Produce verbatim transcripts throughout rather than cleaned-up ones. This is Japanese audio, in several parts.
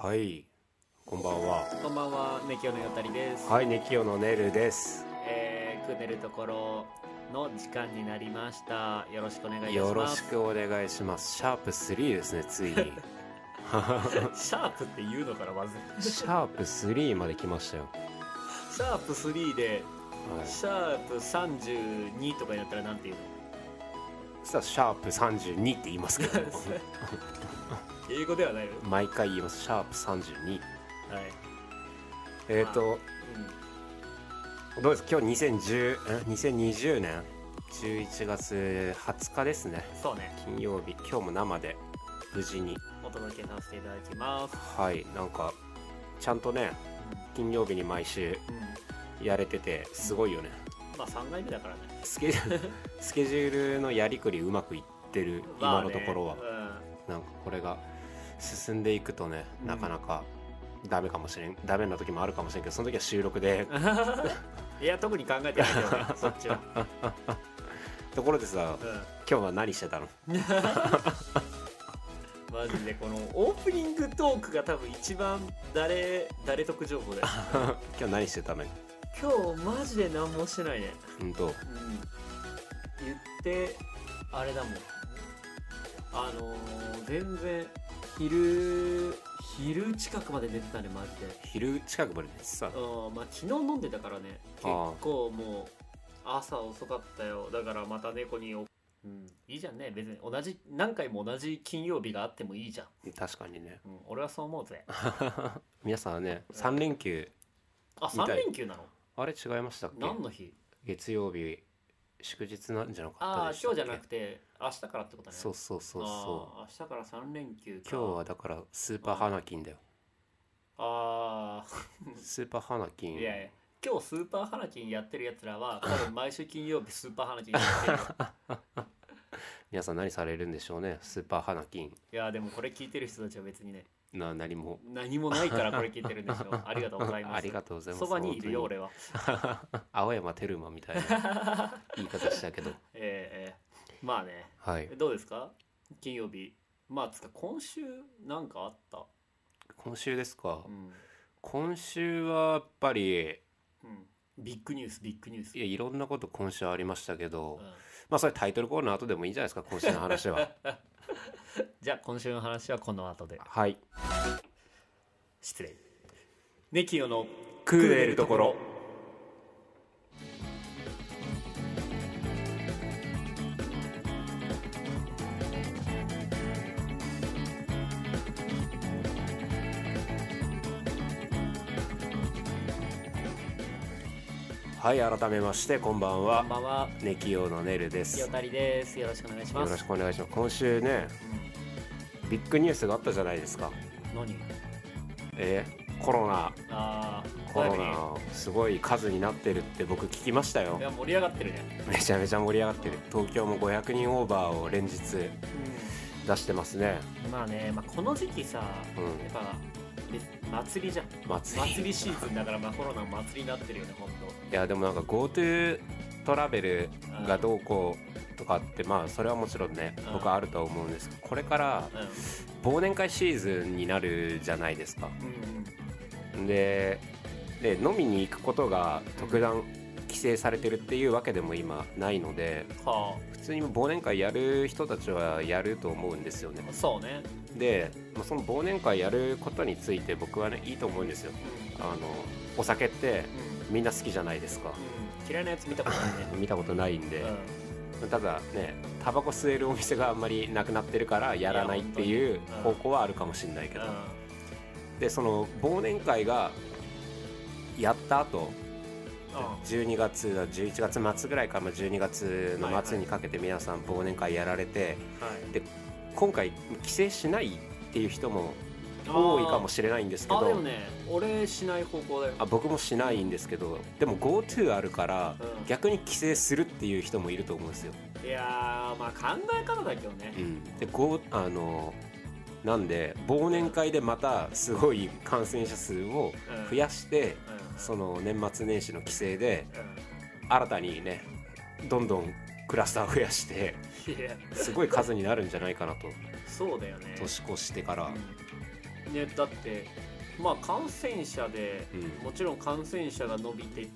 はい、こんばんは。 こんばんは、ネキオのよたりです。 はい、ネキオのネルです。 えー、くねるところの時間になりました。よろしくお願いいたします。 よろしくお願いします。シャープスリーですね、ついに。 シャープって言うのからまずシャープスリーまで来ましたよ。 シャープスリーで、 はい、 シャープさんじゅうにとかになったらなんて言うの？ さあシャープさんじゅうにって言いますけど英語ではないよ。 毎回言います。シャープさんじゅうに。 はい。 えっ、ー、と、うん、どうです今日にせんじゅう、にせんにじゅうねんじゅういちがつはつかですね。 そうね。 金曜日、今日も生で無事にお届けさせていただきます。 はい、なんかちゃんとね、うん、金曜日に毎週やれててすごいよね。 まあさんかいめだからね。 スケジュールスケジュールのやりくりうまくいってる今のところは、 まあね、 うん、なんかこれが進んでいくとね、うん、なかなかダメかもしれん、ダメな時もあるかもしれんけど、その時は収録でいや特に考えてないけどねそっちはところでさ、うん、今日は何してたの？ マジでこのオープニングトークが多分一番誰誰得情報だよ今日何してたの？ 今日マジで何もしてないね。 うんと、うん、 言ってあれだもん、あのー、全然昼昼近くまで寝てたね。マジで昼近くまで寝てた。 うん、まあ昨日飲んでたからね、結構もう朝遅かったよ。だからまた猫に、うん、いいじゃんね、別に同じ何回も同じ金曜日があってもいいじゃん。 確かにね、 うん、俺はそう思うぜ皆さんはね、さん連休、 あ、さん連休なの？ あれ違いましたっけ？ 何の日？ 月曜日祝日なんじゃなかったでしたっけ？ ああ、今日じゃなくて明日からってことね。 そうそうそうそう。 明日からさん連休か。 今日はだからスーパー花金だよ。 ああスーパー花金。 いやいや、今日スーパー花金やってるやつらは多分毎週金曜日スーパー花金やってるよ皆さん何されるんでしょうね、スーパー花金。 いやでもこれ聞いてる人たちは別にね、 な何も何もないからこれ聞いてるんでしょう。ありがとうございます。 ありがとうございます。 そばにいるよ俺は青山テルマみたいな言い方したけどええー、まあね、 はい、 どうですか金曜日。まあつか今週なんかあった？ 今週ですか、 うん、 今週はやっぱり、 うん、ビッグニュースビッグニュース。 いや、いろんなこと今週ありましたけど、 うん、 まあそれタイトルコールの後でもいいんじゃないですか、今週の話はじゃあ今週の話はこの後で。 はい、 失礼。ネキオのクーデるところ。はい、改めましてこんばんは。 こんばんは。 ネキオのネルです。 よたりです。よろしくお願いします。 よろしくお願いします。今週ね、うん、ビッグニュースがあったじゃないですか。 何？ えー、コロナ。 あコロナすごい数になってるって僕聞きましたよ。 いや盛り上がってるね。 めちゃめちゃ盛り上がってる。東京もごひゃくにんオーバーを連日出してますね。 うん、まあね、まあ、この時期さ、うん、やっぱ祭りじゃん。 祭り祭りシーズンだから、まあコロナも祭りになってるよね、本当。 いやでもなんか GoTo トラベルがどうこうとかって、まあそれはもちろんね、僕はあるとは思うんですけど、これから忘年会シーズンになるじゃないですか。うん、で, で飲みに行くことが特段規制されてるっていうわけでも今ないので、はあ、普通に忘年会やる人たちはやると思うんですよね。 そうね。 で、まあ、その忘年会やることについて僕はねいいと思うんですよ。うん、あのお酒ってみんな好きじゃないですか。 うん、嫌いなやつ見たことないね見たことないんで、うん、ただねタバコ吸えるお店があんまりなくなってるからやらないっていう方向はあるかもしれないけど、うん、でその忘年会がやった後じゅうにがつじゅういちがつ末ぐらいからじゅうにがつの末にかけて皆さん忘年会やられて、はい、で今回規制しないっていう人も多いかもしれないんですけど、 あでもね俺しない方向だよ。 あ僕もしないんですけど、でも GoTo あるから、うん、逆に規制するっていう人もいると思うんですよ。いやーまあ考え方だけどね、 うん、で Go あのなんで忘年会でまたすごい感染者数を増やして、うんうん、その年末年始の規制で新たにねどんどんクラスター増やしてすごい数になるんじゃないかなと。 そうだよね、 年越してから、 ね、だってまあ感染者で、 うん、 もちろん感染者が伸びていって、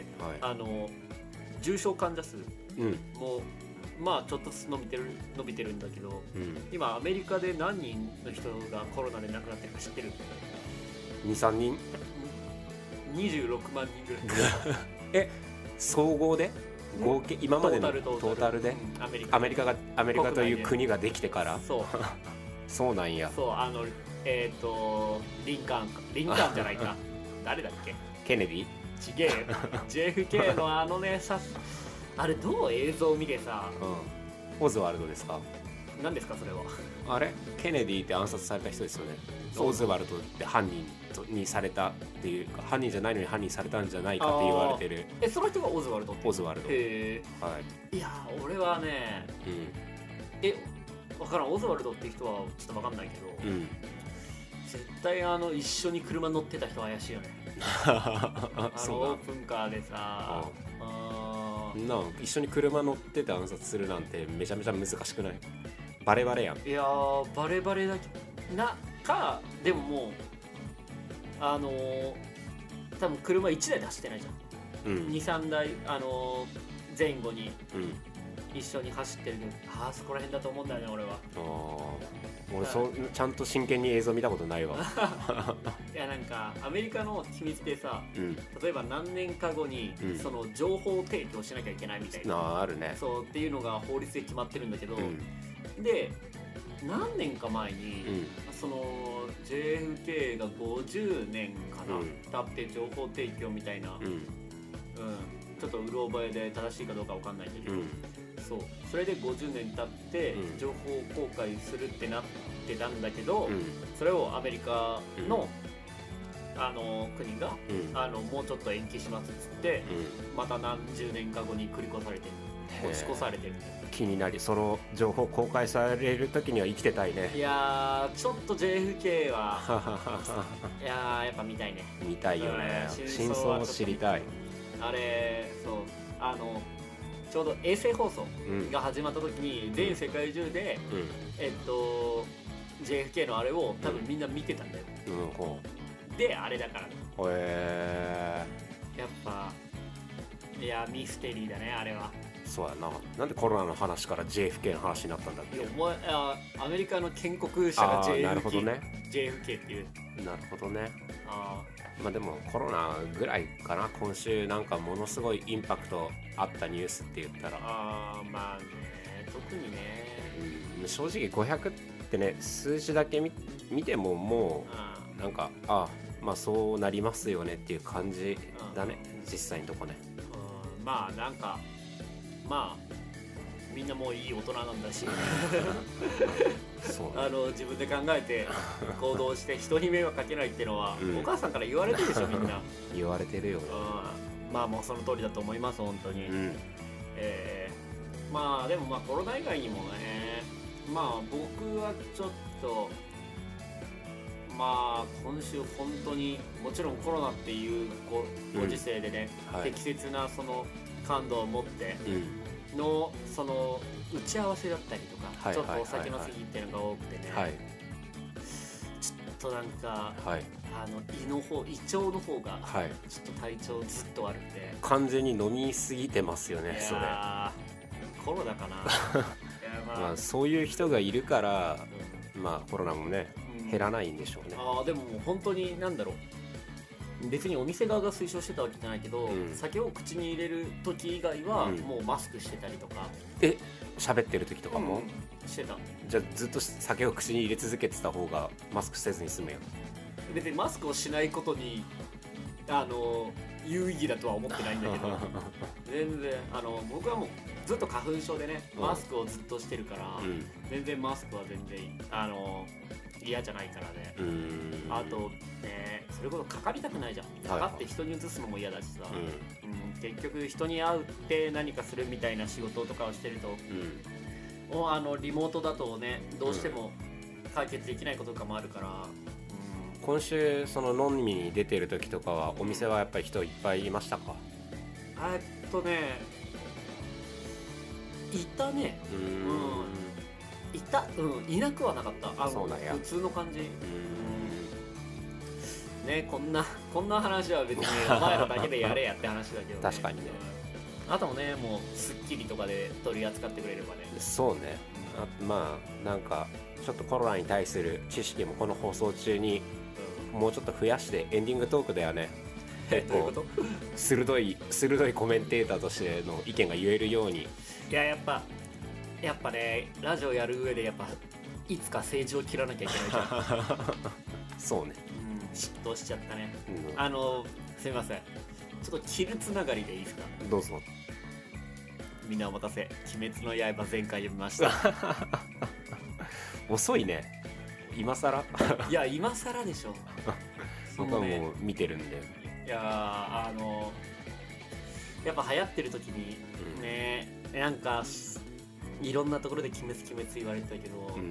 はい、あの重症患者数も、うん、まあちょっとずつ伸びてる伸びてるんだけど、うん、今アメリカで何人の人がコロナで亡くなってるか知ってる？ にさんにんにじゅうろくまんにんぐらいえ総合で合計今までのトータルで、うん、アメリカアメリカがアメリカという国ができてからそうそうなんや。 そうあのえっ、ー、とリンカーンリンカーンじゃないか誰だっけ？ ケネディ？ ちげえよジェフケー のあのねさあれどう映像を見てさ、 うん、オズワルドですか？ 何ですかそれは？ あれケネディって暗殺された人ですよね。オズワルドって犯人にされたっていうか犯人じゃないのに犯人されたんじゃないかって言われてる。 えその人がオズワルドって？ オズワルド。へえ、はい、いや俺はね、うん、え分からんオズワルドって人はちょっと分かんないけど、うん、絶対あの一緒に車乗ってた人怪しいよねあのオープンカーでさあな一緒に車乗ってて暗殺するなんてめちゃめちゃ難しくない？バレバレやん。 いやーバレバレだけなかでももうあのー、多分車いちだいで走ってないじゃん、うん、にさんだい、あのー、前後に一緒に走ってるけど、うん、あそこら辺だと思うんだよね俺は。 あ俺そちゃんと真剣に映像見たことないわいやなんかアメリカの秘密でさ、うん、例えば何年か後に、うん、その情報提供しなきゃいけないみたいなあ, あるねそうっていうのが法律で決まってるんだけど、うん、で何年か前に、うん、その ジェイエフケー がごじゅうねんかな、うん、経って情報提供みたいな、うんうん、ちょっとうろ覚えで正しいかどうかわかんないんだけど、うん、そうそれでごじゅうねん経って情報公開するってなってたんだけど、うん、それをアメリカの、うん、あの国が、うん、あのもうちょっと延期しますっつって、うん、また何十年か後に繰り越されてる押し越されてる。 気になりその情報公開される時には生きてたいね。 いやーちょっと ジェイエフケー はいやーやっぱ見たいね。 見たいよね。真相を知りたい。 あれそうあのちょうど衛星放送が始まった時に、うん、全世界中で、うん、えっと ジェイエフケー のあれを多分みんな見てたんだよ、うん、であれだからね。 へえやっぱいやミステリーだねあれは。 そうやな。なんでコロナの話から ジェイエフケー の話になったんだっけ？ いやお前あアメリカの建国者が ジェイエフケー, なるほど、ね、 ジェイエフケー っていう。 なるほどね。あまあでもコロナぐらいかな。今週なんかものすごいインパクトあったニュースって言ったらあまあね特にね、 うん、正直ごひゃくってね数字だけ 見, 見てももうなんかあまあそうなりますよねっていう感じだね実際のとこね。 うんまあなんかまあみんなもういい大人なんだしそう、ね、あの自分で考えて行動して人に迷惑かけないっていうのは、うん、お母さんから言われてるでしょみんな言われてるよ、 うん、まあもうその通りだと思います本当に、うんえー、まあでもまあコロナ以外にもねまあ僕はちょっとまあ今週本当にもちろんコロナっていう ご, ご時世でね、うんはい、適切なその感度を持っての、うん、その打ち合わせだったりとか、はい、ちょっとお酒の席っていうのが多くてね、はい、ちょっとなんか、はい、あの胃の方胃腸の方がちょっと体調ずっと悪くて、はい、 完全に飲みすぎてますよねそれ。 コロナかないや、 まあまあ、そういう人がいるから、うん、まあコロナもね、うん、減らないんでしょうね。 あでももう本当に何だろう別にお店側が推奨してたわけじゃないけど、うん、酒を口に入れる時以外はもうマスクしてたりとか、 うん、え喋ってる時とかも、 うん、してた。 じゃあずっと酒を口に入れ続けてた方がマスクせずに済むよ。 別にマスクをしないことにあの有意義だとは思ってないんだけど全然あの僕はもうずっと花粉症でねマスクをずっとしてるから、うん、全然マスクは全然あの嫌じゃないからね。あとねそれこそかかりたくないじゃん。かかって人に移すのも嫌だしさ、うんうん、結局人に会うって何かするみたいな仕事とかをしてると、うん、もうあのリモートだとねどうしても解決できないこととかもあるから、うん、 今週その飲みに出てる時とかはお店はやっぱり人いっぱいいましたか？ えっとねいたね。うん、うんいた、うん、いなくはなかった。あの普通の感じ。うんね、こんなこんな話は別にお前らだけでやれやって話だけどね。 確かにね、 うん、あともね、もう『スッキリ』とかで取り扱ってくれればね。 そうね。あ、まあなんかちょっとコロナに対する知識もこの放送中にもうちょっと増やして、エンディングトークではね、 え、どういうこと？ 鋭い鋭いコメンテーターとしての意見が言えるように。 いや、やっぱやっぱね、ラジオやる上でやっぱいつか政治を切らなきゃいけないじゃん。 そうね、 うん、嫉妬しちゃったね、 うん、 あのすみません、ちょっと切るつながりでいいですか？ どうぞ。 みんなお待たせ、鬼滅の刃全回読みました。 遅いね、今更。 いや、今更でしょ。 僕はもう見てるんで。 いや、あのやっぱ流行ってる時にね、うん、なんかいろんなところで鬼滅鬼滅言われてたけど、うん、うん、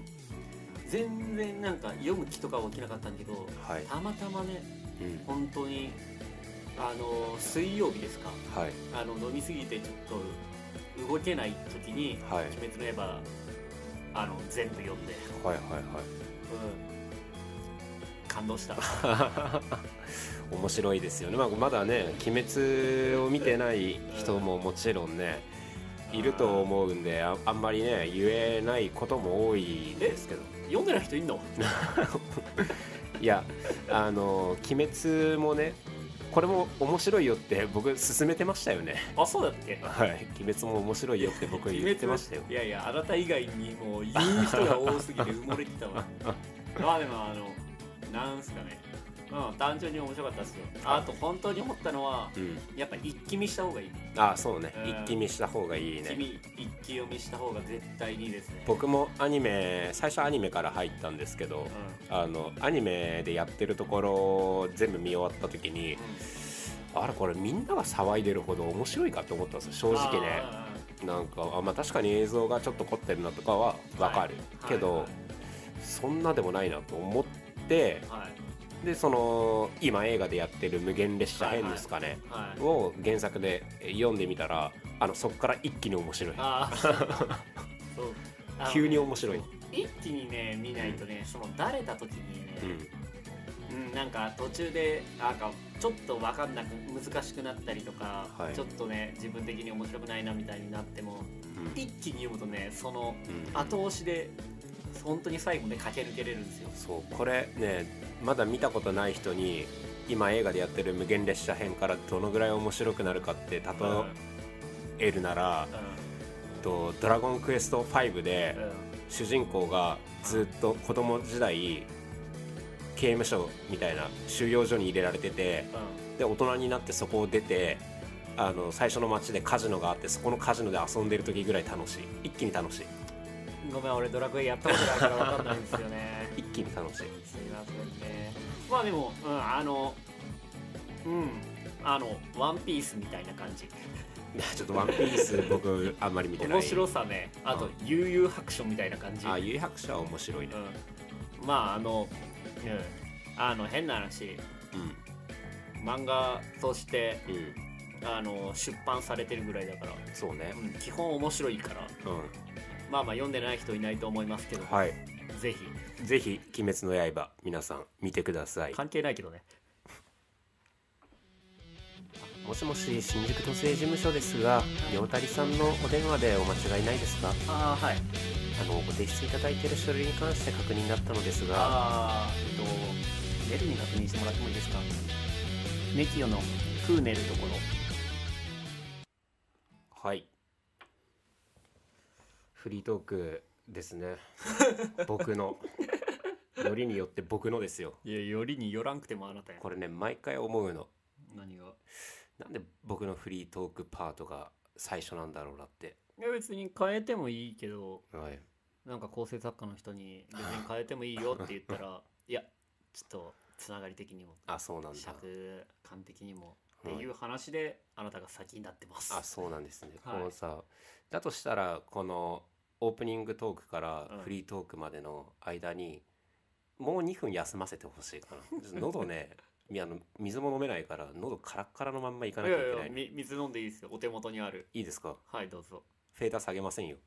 全然なんか読む気とかは起きなかったんだけど、はい、たまたまね、うん、本当にあの水曜日ですか、はい、あの飲みすぎてちょっと動けない時に「はい、鬼滅の刃」あの全部読んで、はいはいはい、うん、感動した。 面白いですよね、まあ、まだね鬼滅を見てない人ももちろんね、うん、いると思うんで、 あ, あんまりね言えないことも多いんですけど。 読んでない人いんの？ いや、あの鬼滅もね、これも面白いよって僕勧めてましたよね。 あ、そうだっけ？ はい、鬼滅も面白いよって僕言ってましたよ。 いやいや、あなた以外にも言う人が多すぎて埋もれてたわ。まあでもあのなんすかね、うん、単純に面白かったですよ。あと本当に思ったのは、うん、やっぱ一気見した方がいい。 あ、そうね、うん、一気見した方がいいね。 一気読みした方が絶対にいいですね。 僕もアニメ、最初アニメから入ったんですけど、うん、あのアニメでやってるところ全部見終わった時に、うん、あれこれみんなが騒いでるほど面白いかって思ったんですよ、正直ね。なんかあ、まあ、確かに映像がちょっと凝ってるなとかは分かる、はい、けど、はいはい、そんなでもないなと思って、はい、でその今映画でやってる無限列車編ですかね、はいはいはい、を原作で読んでみたら、あのそこから一気に面白い。あそう急に面白い。 一気にね見ないとね、うん、その慣れた時にね、うんうん、なんか途中でなんかちょっと分かんなく難しくなったりとか、はい、ちょっとね自分的に面白くないなみたいになっても、うん、一気に読むとねその後押しで本当に最後で駆け抜けれるんですよ。 そうこれね、まだ見たことない人に今映画でやってる無限列車編からどのぐらい面白くなるかって例えるなら、うん、とドラゴンクエストファイブで、うん、主人公がずっと子供時代刑務所みたいな収容所に入れられてて、うん、で大人になってそこを出て、あの最初の街でカジノがあって、そこのカジノで遊んでる時ぐらい楽しい。一気に楽しい。 ごめん、俺ドラクエやったことないから分かんないんですよね。 一気に楽しい。すいませんね。まあでも、うん、あのうんあのワンピースみたいな感じ。 いやちょっとワンピース僕あんまり見てない。 面白さね。あと悠々白書みたいな感じ。 あ、悠々白書は面白いね、 うん、まああの、うん、あの変な話、うん、漫画として、うん、あの出版されてるぐらいだから、 そうね、 うん、基本面白いから、うん、まあまあ読んでない人いないと思いますけど、はい、ぜひぜひ鬼滅の刃皆さん見てください。 関係ないけどね。 もしもし、新宿都政事務所ですが、両谷さんのお電話でお間違いないですか？ ああ、はい。 あのご提出いただいている書類に関して確認になったのですが、 ああ、えっとメルに確認してもらってもいいですか？ネキオのクーネルところ。 はい、フリートークですね。僕のよりによって僕のですよ。 いや、よりによらんくてもあなたや。 これね、毎回思うの。 何が？ なんで僕のフリートークパートが最初なんだろうなって。 いや別に変えてもいいけど、 はい、 なんか構成作家の人に別に変えてもいいよって言ったらいやちょっとつながり的にも、 あ、そうなんだ、 尺感的にもっていう話であなたが先になってます。 あ、そうなんですね、はい、このさ、だとしたらこのオープニングトークからフリートークまでの間にもうにふん休ませてほしいかな。喉ねあの水も飲めないから喉カラッカラのまんまいかなきゃいけない。いやいや、水飲んでいいですよ。お手元にある。 いいですか？ はい、どうぞ。 フェーダー下げませんよ。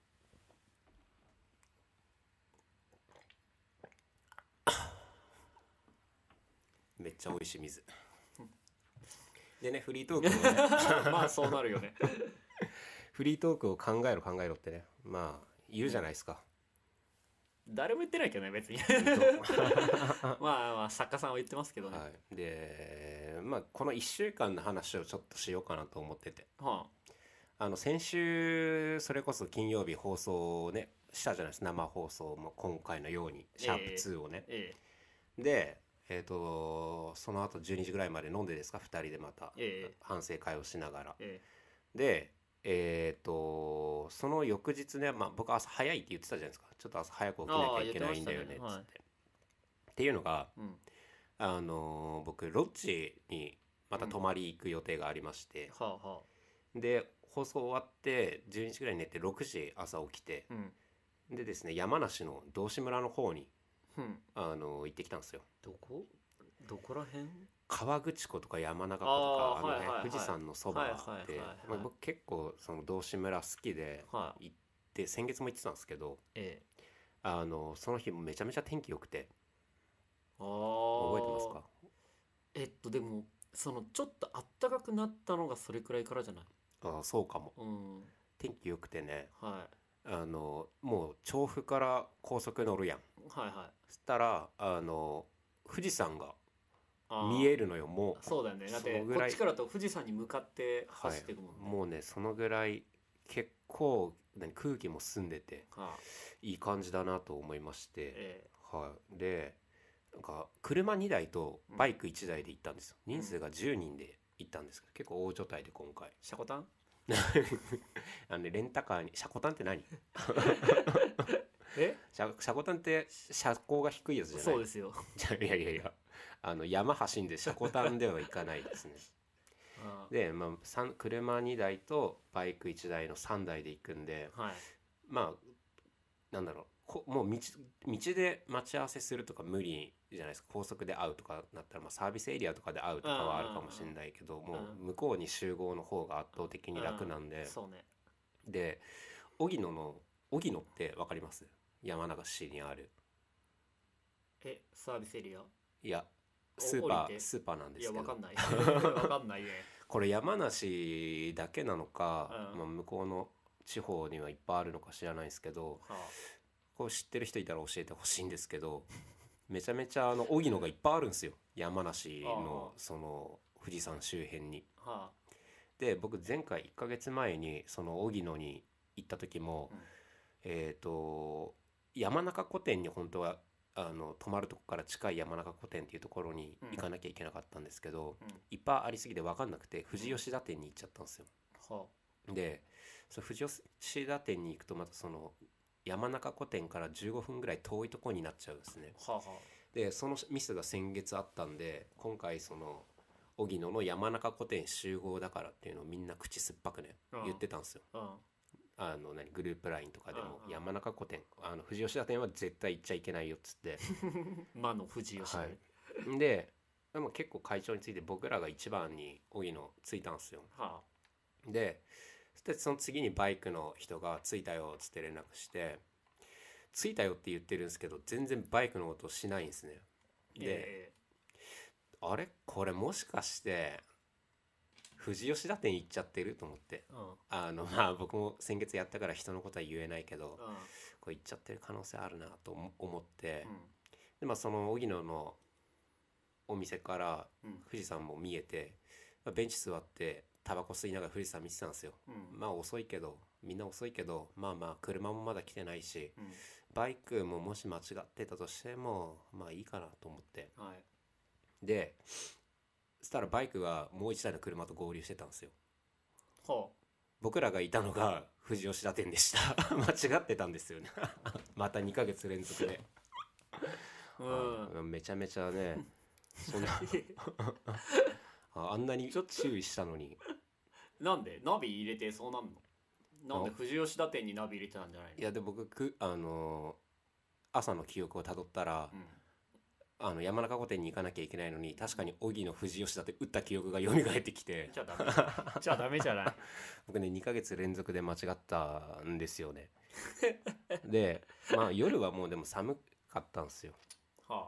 めっちゃ美味しい水でね、フリートークをねまあそうなるよねフリートークを考えろ考えろってね、まあ言うじゃないですか、 誰も言ってないけどね別にまあまあ作家さんは言ってますけどね、 はい、でまあこのいっしゅうかんの話をちょっとしようかなと思ってて、 はあの先週それこそ金曜日放送をねしたじゃないですか、生放送も今回のようにシャープツーをね、 ええでえっ、とその後じゅうにじぐらいまで飲んでですか、ふたりでまたええ反省会をしながら、 えでえっ、とその翌日ね、まあ、僕朝早いって言ってたじゃないですか、ちょっと朝早く起きなきゃいけないんだよねっつって、 あー言ってましたねはいっていうのが、 えうんあの僕ロッジにまた泊まり行く予定がありまして、 はあはあで放送終わってじゅうにじぐらいに寝てろくじ朝起きて、 うんでですね山梨の道志村の方にうんあの行ってきたんですよ。 どこどこら辺河口湖とか山中湖とかあーあの辺、 はいはいはい富士山のそばはいはいで、 はいはいまあ僕結構その道志村好きではい行って先月も行ってたんですけど、 ええあのその日もめちゃめちゃ天気良くて、 ああ覚えてますか？ えっとでもそのちょっと暖かくなったのがそれくらいからじゃないあーそうかも。 うん天気良くてね、 はあのもう調布から高速乗るやん。 いはいはいそしたらあの富士山があー見えるのよ。もうそうだよねだってそのぐらいこっちからと富士山に向かってはい走っていくもんね、 もうねそのぐらい結構何空気も澄んでてはあいい感じだなと思いまして、 えはい、でなんか車にだいとバイクいちだいで行ったんですよ。人数がじゅうにんで行ったんですけど結構大所帯で今回えシャコタンあの、ね、レンタカーに車庫タンって何え車車庫タンって車高が低いやつじゃない？ そうですよいやいやいやあの山走んで車庫タンではいかないですね。 あで、まあ、さん車にだいとバイクいちだいのさんだいで行くんで、 ーはいまあなんだろうこもう道道で待ち合わせするとか無理じゃないですか。高速で会うとかなったら、まあ、サービスエリアとかで会うとかはあるかもしれないけど、もう向こうに集合の方が圧倒的に楽なんで、 そうねで荻野の荻野って分かります？山流しにある、 えサービスエリアいやおスーパ降りてースーパーなんでいすけど、 やわかんないわかんないねこれ山梨だけなのか、 うんまあ、向こうの地方にはいっぱいあるのか知らないですけど、 はこう知ってる人いたら教えてほしいんですけど、めちゃめちゃあの荻野がいっぱいあるんですよ、山梨のああその富士山周辺に。 あはで僕前回いっかげつまえにその荻野に行った時も、 うんえっと山中湖店に本当はあの泊まるとこから近い山中湖店っていうところに行かなきゃいけなかったんですけど、 うんいっぱいありすぎて分かんなくて富士吉田店に行っちゃったんですよ。 はでその富士吉田店に行くとまたその山中湖店からじゅうごふんぐらい遠いところになっちゃうんですね。 あはあはでそのミスが先月あったんで、今回その荻野の山中湖店集合だからっていうのをみんな口酸っぱくねうん言ってたんですよ。 ああの何グループラインとかでもうん山中湖店あの富士吉田店は絶対行っちゃいけないよっつってうん魔の富士吉田はねいででも結構会長について僕らが一番に荻野着いたんですよ。 はでそしてその次にバイクの人が着いたよっつって連絡して着いたよって言ってるんですけど全然バイクの音しないんですね。 あで、 えあれこれもしかして富士吉田店行っちゃってると思って、 えうんあのまあ僕も先月やったから人のことは言えないけどうんこれ行っちゃってる可能性あるなと思って、 うんでまあその荻野のお店からうん富士山も見えて、まあベンチ座ってタバコ吸いながら富士山見てたんですよ。 うんまあ遅いけどみんな遅いけどまあまあ車もまだ来てないしうんバイクももし間違ってたとしてもまあいいかなと思って、 はいでそしたらバイクがもう一台の車と合流してたんですよ。 は僕らがいたのが富士吉田店でした間違ってたんですよねまたにかげつ連続で、 あうんあめちゃめちゃねそんなああんなにちょっと注意したのに、 なんでナビ入れてそうなんのなんで富士吉田店にナビ入れてたんじゃないのいやで僕くあのー朝の記憶をたどったら、 うんあの山中湖店に行かなきゃいけないのに確かに荻野富士吉田って打った記憶が蘇ってきてじゃあダメじゃあダメじゃない僕ねにかげつ連続で間違ったんですよねでまあ夜はもうでも寒かったんですよ。 は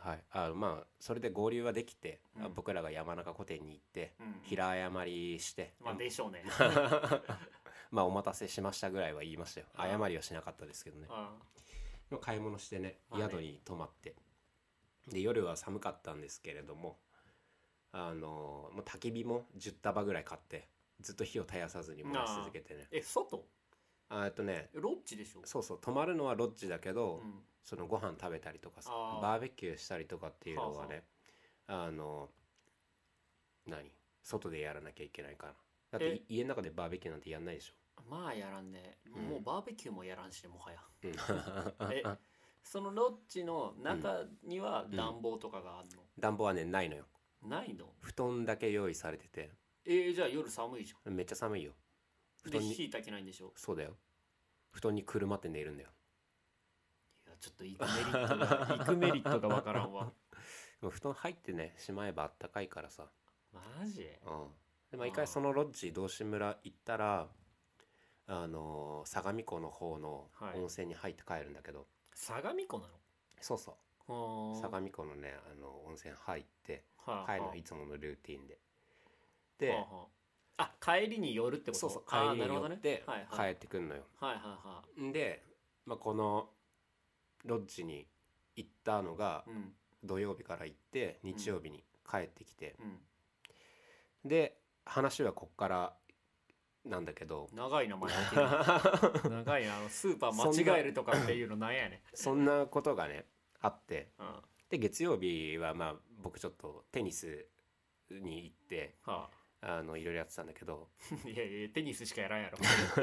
はい、あのまあそれで合流はできて、 うん僕らが山中湖店に行って、 うん平謝りして、 まあでしょうねまあお待たせしましたぐらいは言いましたよ。 あ謝りはしなかったですけどね。 あ買い物してね、 まあね宿に泊まって、で夜は寒かったんですけれども、あのもう焚き火もじゅう束ぐらい買ってずっと火を絶やさずに燃やし続けてね。 え外あえっとねロッジでしょ。 そうそう、泊まるのはロッジだけど、 うんそのご飯食べたりとかさ、 あーバーベキューしたりとかっていうのはね、あの何外でやらなきゃいけないから。だってえい家の中でバーベキューなんてやんないでしょ。 まあやらんね、 うんもうバーベキューもやらんしもはやうんえそのロッジの中には暖房とかがあるの、 暖房はねないのよ。 ないの。 布団だけ用意されてて、 えー、じゃあ夜寒いじゃめっちゃ寒いよ。布んで団に火焚けないんでしょ。 そうだよ、布団にくるまって寝るんだよ。 いやちょっと行くメリットが行くメリットがわからんわ。 でも布団入ってねしまえばあったかいからさ。 マジうんで毎回そのロッジ道志村行ったら、あのー相模湖の方のはい温泉に入って帰るんだけど、 相模湖なそうそうの。 相模湖のねあの温泉入ってはあ、 帰るのはいつものルーティンで、で、 はあはあ、あ帰りに寄るってこと。 そうそうあ帰りに寄ーなるほどねってはいはい帰ってくんのよ。 はいはいはんで、まあ、このロッジに行ったのがいうん土曜日から行って日曜日に帰ってきて、 うんで話はこっからなんだけど、 長い名前置きな長いなあのスーパー間違えるとかっていうのなんやねそんなことがねあって、 ん、うん、はで月曜日はまあ僕ちょっとテニスに行ってああのいろいろやってたんだけど、 いやいやテニスしかやらんやろ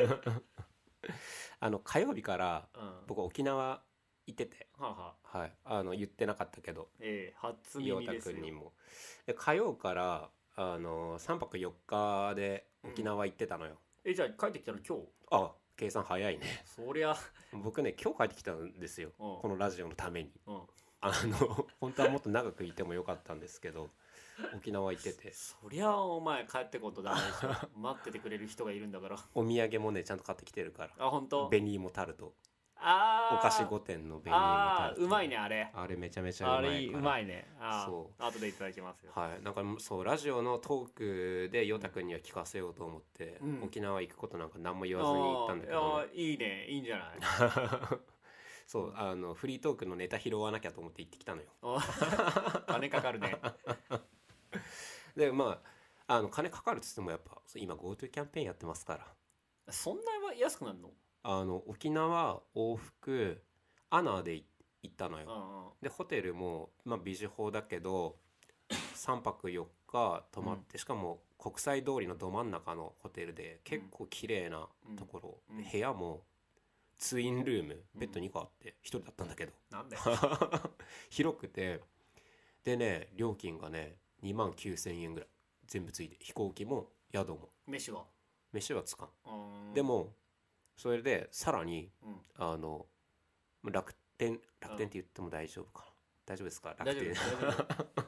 あの火曜日からうんは僕沖縄行ってて、 あはあはい、あの言ってなかったけどええ初陽太耳ですよくんにも。で火曜からあのさんぱくよっかで沖縄行ってたのよ。 えじゃあ帰ってきたの今日。 あ計算早いね。 そりゃ僕ね今日帰ってきたんですよ、 うんこのラジオのために。 うんあの本当はもっと長くいてもよかったんですけど沖縄行ってて、 そりゃお前帰ってことダメでしょ待っててくれる人がいるんだから。 お土産もねちゃんと買ってきてるから。 あ本当。 紅芋タルト、 あーお菓子御殿の紅芋タルト、 あーうまいねあれ。 あれめちゃめちゃあれうまいから。 うまいね。あそあ後でいただきますよ。 はいなんかそうラジオのトークでヨタくんには聞かせようと思って、 うん沖縄行くことなんか何も言わずに行ったんだけど、 あーいいねいいんじゃないそうあのフリートークのネタ拾わなきゃと思って行ってきたのよ。 あ金かかるね。 でまああの金かかるっつってもやっぱ今 GoTo キャンペーンやってますから、 そんな安くなるの。 あの沖縄往復アナで行ったのよ。 うんうんでホテルも、まあ、ビジホだけどさんぱくよっか泊まって、しかも国際通りのど真ん中のホテルで結構綺麗なところ、 うんうん部屋もツインルームベッドにこあってひとりだったんだけど、 なんだよ広くて、でね料金がねにまんきゅうせんえんぐらい全部ついて、飛行機も宿も飯は。 飯はつかん。 うーんでもそれでさらにうんあの楽天楽天って言っても大丈夫かな、大丈夫ですか楽天大丈夫です大丈夫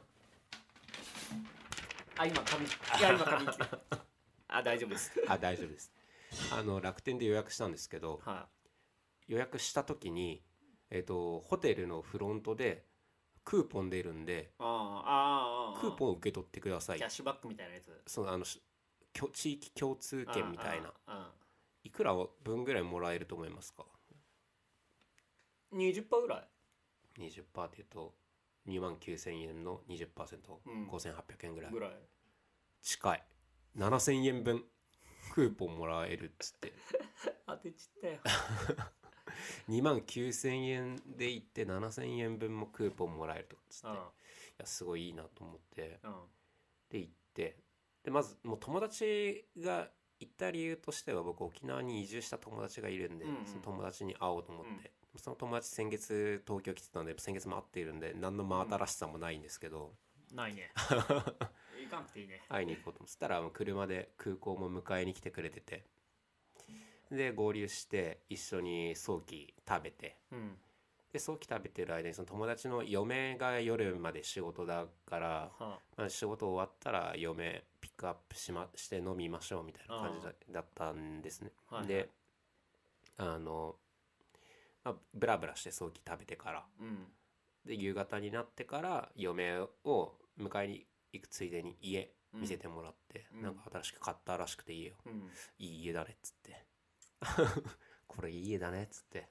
あ今髪いや今髪切ってあ大丈夫ですあ大丈夫です。あの楽天で予約したんですけど、 は予約した時に、えっとホテルのフロントでクーポン出るんで、 ああああクーポンを受け取ってください。 キャッシュバックみたいなやつ。 そのあのしきょ地域共通券みたいな。 あいくら分ぐらいもらえると思いますか？ にじゅっパーセント ぐらい。 にじゅっパーセント っていうとにまんきゅうせんえんの にじゅっパーセント、 うんごせんはっぴゃくえんぐらい。 ぐらい。 近い。ななせんえんぶんクーポンもらえるっつって当てちったよにまんきゅうせんえんで行ってななせんえんぶんもクーポンもらえるとかっつって、いやすごいいいなと思って、 うんで行って、でまずもう友達が行った理由としては、僕沖縄に移住した友達がいるんで、 うんうんその友達に会おうと思って、その友達先月東京来てたんで先月も会っているんで何の真新しさもないんですけど、 ないね行かなくていいね。 会いに行こうと思ってたら車で空港も迎えに来てくれてて、で合流して一緒に早期食べて、 うんで早期食べてる間にその友達の嫁が夜まで仕事だから、 はあまあ、仕事終わったら嫁ピックアップしまして飲みましょうみたいな感じだだったんですね。 はいはいであの、まあ、ブラブラして早期食べてからうんで夕方になってから嫁を迎えに行くついでに家見せてもらって、 うん、 なんか新しく買ったらしくて家を、 うん、 いい家だねっつってこれいい家だねっつって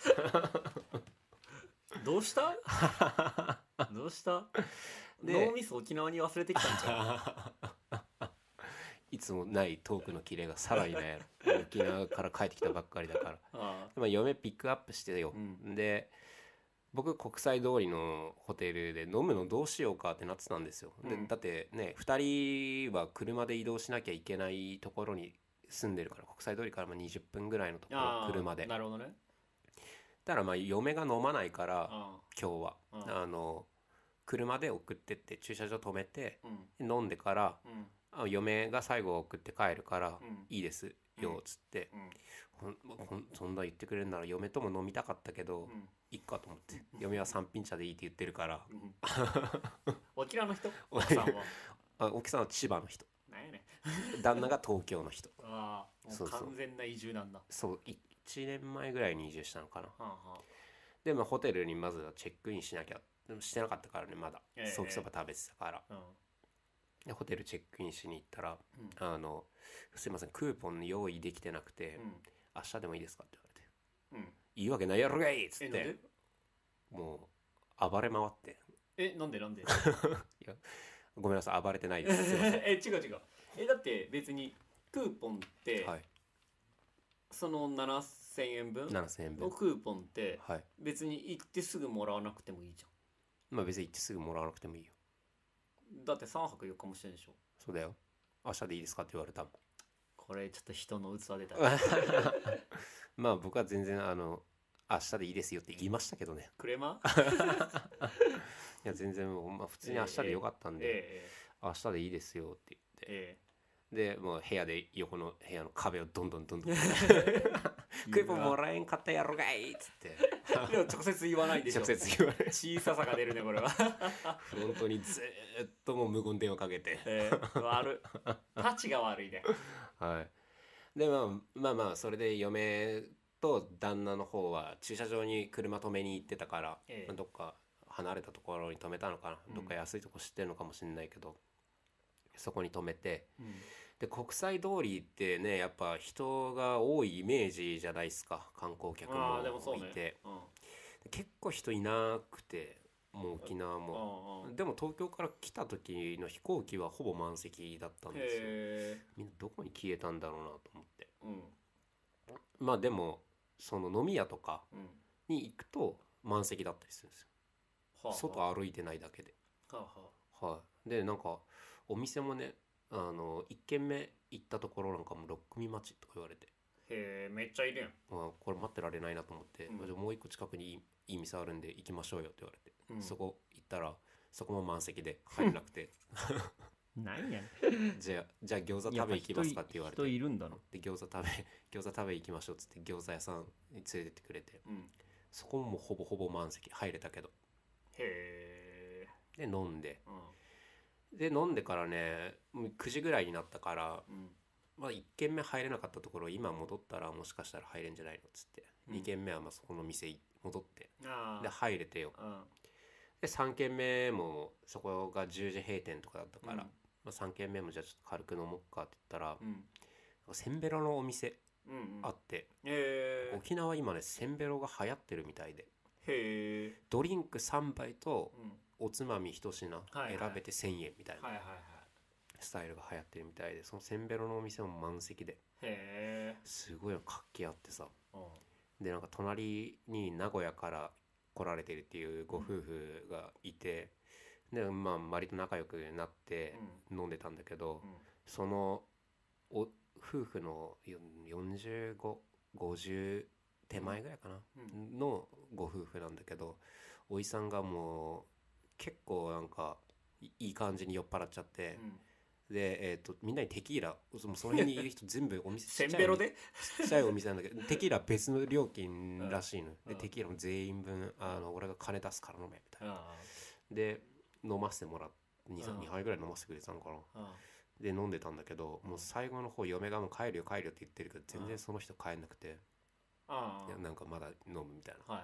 どうしたどうした脳みそ沖縄に忘れてきたんちゃういつもないトークのキレがさらにね沖縄から帰ってきたばっかりだから、 あまあ、嫁ピックアップしてよ、 うん、 で僕国際通りのホテルで飲むのどうしようかってなってたんですよ、 うん、 でだってねふたりは車で移動しなきゃいけないところに住んでるから、国際通りからまあにじゅっぷんぐらいのところあ車で、 なるほどね。 だからまあ嫁が飲まないからあ今日はああの車で送ってって駐車場止めてうん飲んでから、 うんあ嫁が最後送って帰るからうんいいですよっつって、 うんほんほんそんな言ってくれるなら嫁とも飲みたかったけど、 うんいっかと思って、嫁は三品茶でいいって言ってるから、 うん沖縄の人奥さんはあ奥さんは千葉の人、 なんやねん旦那が東京の人ああもそううそう完全な移住なんだ。 そういちねんまえぐらいに移住したのかな。 はあはあでまあホテルにまずはチェックインしなきゃ、でもしてなかったからねまだ、 ええソーキそば食べてたから、 うんでホテルチェックインしに行ったらうんあのすいませんクーポン用意できてなくて、 うん明日でもいいですかって言われて、 うんいいわけないやろがいっつってえなんでもう暴れ回って、 えなんでなんでいやごめんなさい暴れてないですすいませんえ違う違うえだって別にクーポンって、 はいそのななせんえんぶんななせんえんぶんのクーポンってはい、 別に行ってすぐもらわなくてもいいじまあ別に行ってすぐもらわなくてもいいよ。 ゃん。だってさんぱくよっかもしてるでしょ。 そうだよ、明日でいいですかって言われたもんこれちょっと人の器出たまあ僕は全然あの明日でいいですよって言いましたけどね、 クレマいや全然もう、まあ、普通に明日でよかったんで、 え明日でいいですよってええ言って、でもう部屋で横の部屋の壁をどんどんどんどんえクーポンもらえんかったやろがいっつってでも直接言わないでしょ。 直接言われ小ささが出るねこれはフロントにずーっともう無言電話かけてえー、悪たちが悪いね。 はいでまあまあまあそれで嫁と旦那の方は駐車場に車止めに行ってたから、 ええまあどっか離れたところに止めたのかな、 うんどっか安いとこ知ってるのかもしれないけどそこに止めて、 うんで国際通りってねやっぱ人が多いイメージじゃないですか、観光客あもあでもそうねいて、 うん結構人いなくて、もう沖縄も、 うんうんでも東京から来た時の飛行機はほぼ満席だったんですよ。 へみんなどこに消えたんだろうなと思って、 えうんまあでもその飲み屋とかうんに行くと満席だったりするんですよ、 はあはあ外歩いてないだけで。 はあははいでなんかお店もねあのいっけんめ行ったところなんかもろく組待ちとか言われて、 へえめっちゃいるやん。 まあ、これ待ってられないなと思って、 うんじゃあもう一個近くにいいいい店あるんで行きましょうよって言われて、 うんそこ行ったらそこも満席で入れなくてなんやねじゃあじゃあ餃子食べ行きますかって言われて、 人いるんだな。 で餃子食べ餃子食べ行きましょうっつって餃子屋さんに連れてってくれて、 うんそこももうほぼほぼ満席、入れたけど。 へえで飲んでうんで飲んでからねもうくじぐらいになったから、 うんまあ、いっけんめ入れなかったところ今戻ったらもしかしたら入れんじゃないのっつって、 うんにけんめはまあそこの店戻ってああで入れてよ。 うんでさんけんめもそこがじゅうじ閉店とかだったから、 うんまあ、さんけんめもじゃあちょっと軽く飲もうかって言ったら、 うんせんべろのお店うんうんあって、 へえ沖縄今ねせんべろが流行ってるみたいで、 へえドリンクさんばいとうんおつまみいち品はい選べてせんえんみたいなはいはいはいスタイルが流行ってるみたいで、そのせんべろのお店も満席でへえすごい活気あってさ、 うんでなんか隣に名古屋から来られてるっていうご夫婦がいて、でまあ割と仲良くなって飲んでたんだけど、 うんそのお夫婦のよよんじゅうご、ごじゅう手前ぐらいかな、 うんのご夫婦なんだけど、おいさんがもう結構なんかいいい感じに酔っ払っちゃって、 うんで、えー、とみんなにテキーラ、そのその辺にいる人全部お店せんちっちゃいべろでちっちゃいお店なんだけどテキーラ別の料金らしいの、 うんでテキーラも全員分あの俺が金出すから飲めみたいな、 あで飲ませてもらって に, うんにはいぐらい飲ませてくれてたのかな、 あで飲んでたんだけど、もう最後の方嫁がもう帰るよ帰るよって言ってるけど全然その人帰んなくて、 ああいやなんかまだ飲むみたいな。 はいはい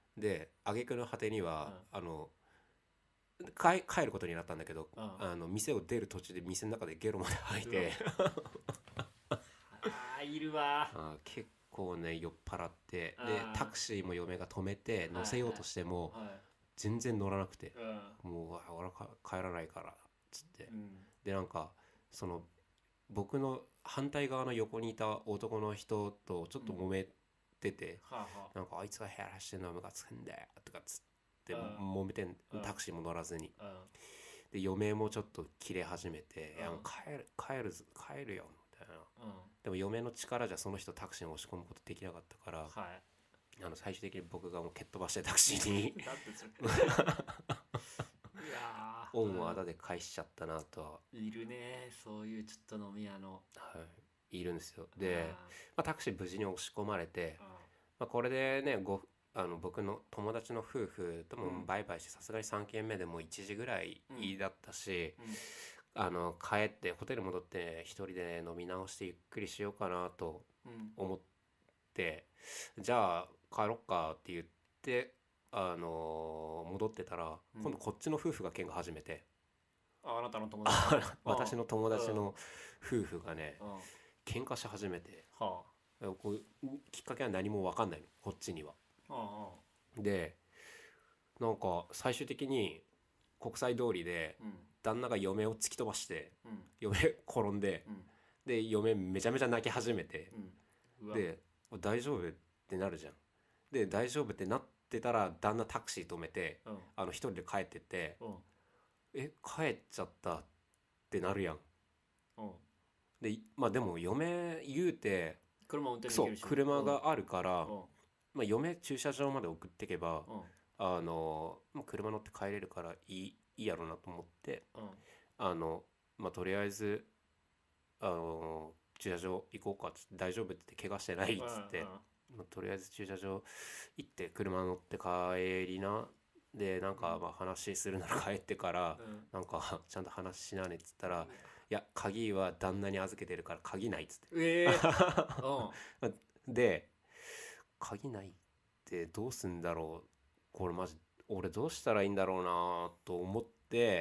で挙句の果てには、うん、あの帰帰ることになったんだけど、うん、あの店を出る途中で店の中でゲロまで吐いて、うん、 あーいるわあ結構ね酔っ払って、でタクシーも嫁が止めて乗せようとしても、はいはい、全然乗らなくて、うん、もう俺は帰らないからっつって、うん、でなんかその僕の反対側の横にいた男の人とちょっと揉めてて、うんはあはあ、なんかあいつがヘラしてんのはムカつくんだよとかっつって揉めてん、タクシーも乗らずに、うん、で嫁もちょっとキレ始めて、うん、いやもう帰る帰る帰るよみたいな、うん、でも嫁の力じゃその人タクシーに押し込むことできなかったから、はい、あの最終的に僕がもう蹴っ飛ばしてタクシーにだってそれいや恩をあだで返しちゃったなとは。 いるねそういうちょっと飲み屋の、 はい、いるんですよ。で、まあ、タクシー無事に押し込まれて、まあ、これでねごあの僕の友達の夫婦ともバイバイしてさすがにさんけんめでもういちじぐらいだったし、うんうん、あの帰ってホテル戻って一人で飲み直してゆっくりしようかなと思って、うん、じゃあ帰ろっかって言ってあのー、戻ってたら、うん、今度こっちの夫婦が喧嘩始めて、 ああなたの友達私の友達の夫婦がね、うん、喧嘩し始めて、はあ、こうきっかけは何も分かんないのこっちには、はあ、でなんか最終的に国際通りで旦那が嫁を突き飛ばして、うん、嫁転んで、うん、で嫁めちゃめちゃ泣き始めて、うん、で大丈夫ってなるじゃん。で大丈夫ってなってたら旦那タクシー止めて、うん、あの一人で帰ってって、うん、え帰っちゃったってなるやん、うん、でまあでも嫁言うて車運転できるしそう車があるから、うんまあ、嫁駐車場まで送ってけば、うん、あの車乗って帰れるからいい、いいやろうなと思って、うん、あのまあとりあえずあの駐車場行こうかっつって大丈夫って言って怪我してないっつって、うんうんまあ、とりあえず駐車場行って車乗って帰りなでなんかまあ話するなら帰ってから、うん、なんかちゃんと話しなねっつったら、うん、いや鍵は旦那に預けてるから鍵ないっつって、えーうん、で鍵ないってどうすんだろうこれマジ俺どうしたらいいんだろうなと思って、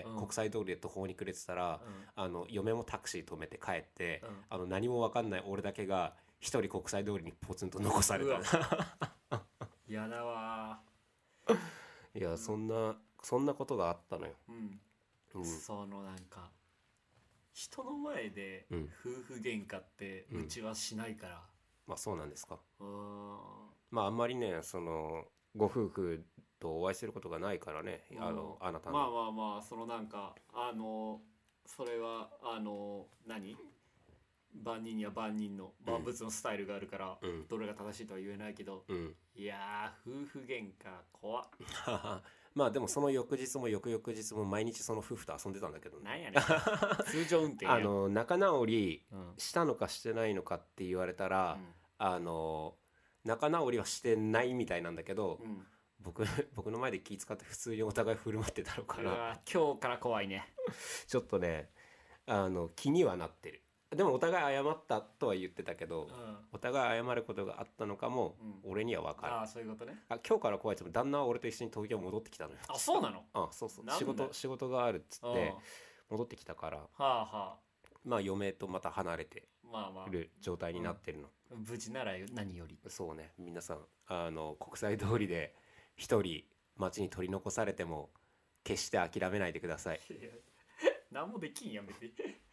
うん、国際通りで途方に暮れてたら、うん、あの嫁もタクシー止めて帰って、うん、あの何も分かんない俺だけが一人国際通りにポツンと残された。 やだわいや、うん、そんなそんなことがあったのよ、 うんうん、そのなんか人の前で夫婦喧嘩ってうちはしないから、うん、 まあそうなんですか。まああんまりねそのご夫婦とお会いすることがないからね、うん、あのあなたのまあまあまあそのなんかあのそれはあの何万人には万人の万物のスタイルがあるから、うん、どれが正しいとは言えないけど、うん、いやー夫婦喧嘩怖っまあでもその翌日も翌々日も毎日その夫婦と遊んでたんだけど、ね、 なんやねん通常運転やあの仲直りしたのかしてないのかって言われたら、うん、あの仲直りはしてないみたいなんだけど、うん、僕, 僕の前で気使って普通にお互い振る舞ってたのかな。 今日から怖いねちょっとねあの気にはなってる。でもお互い謝ったとは言ってたけど、うん、お互い謝ることがあったのかも俺には分かる、 うん、ああそういうことね。 あ今日から怖いっても旦那は俺と一緒に東京戻ってきたのよ。 あそうなの。 あそうそう仕事仕事があるっつって戻ってきたから、はあはあ、まあ嫁とまた離れてる状態になってるの、まあまあうん、無事なら何より。 そうね皆さんあの国際通りで一人街に取り残されても決して諦めないでください。 何もできんやん別に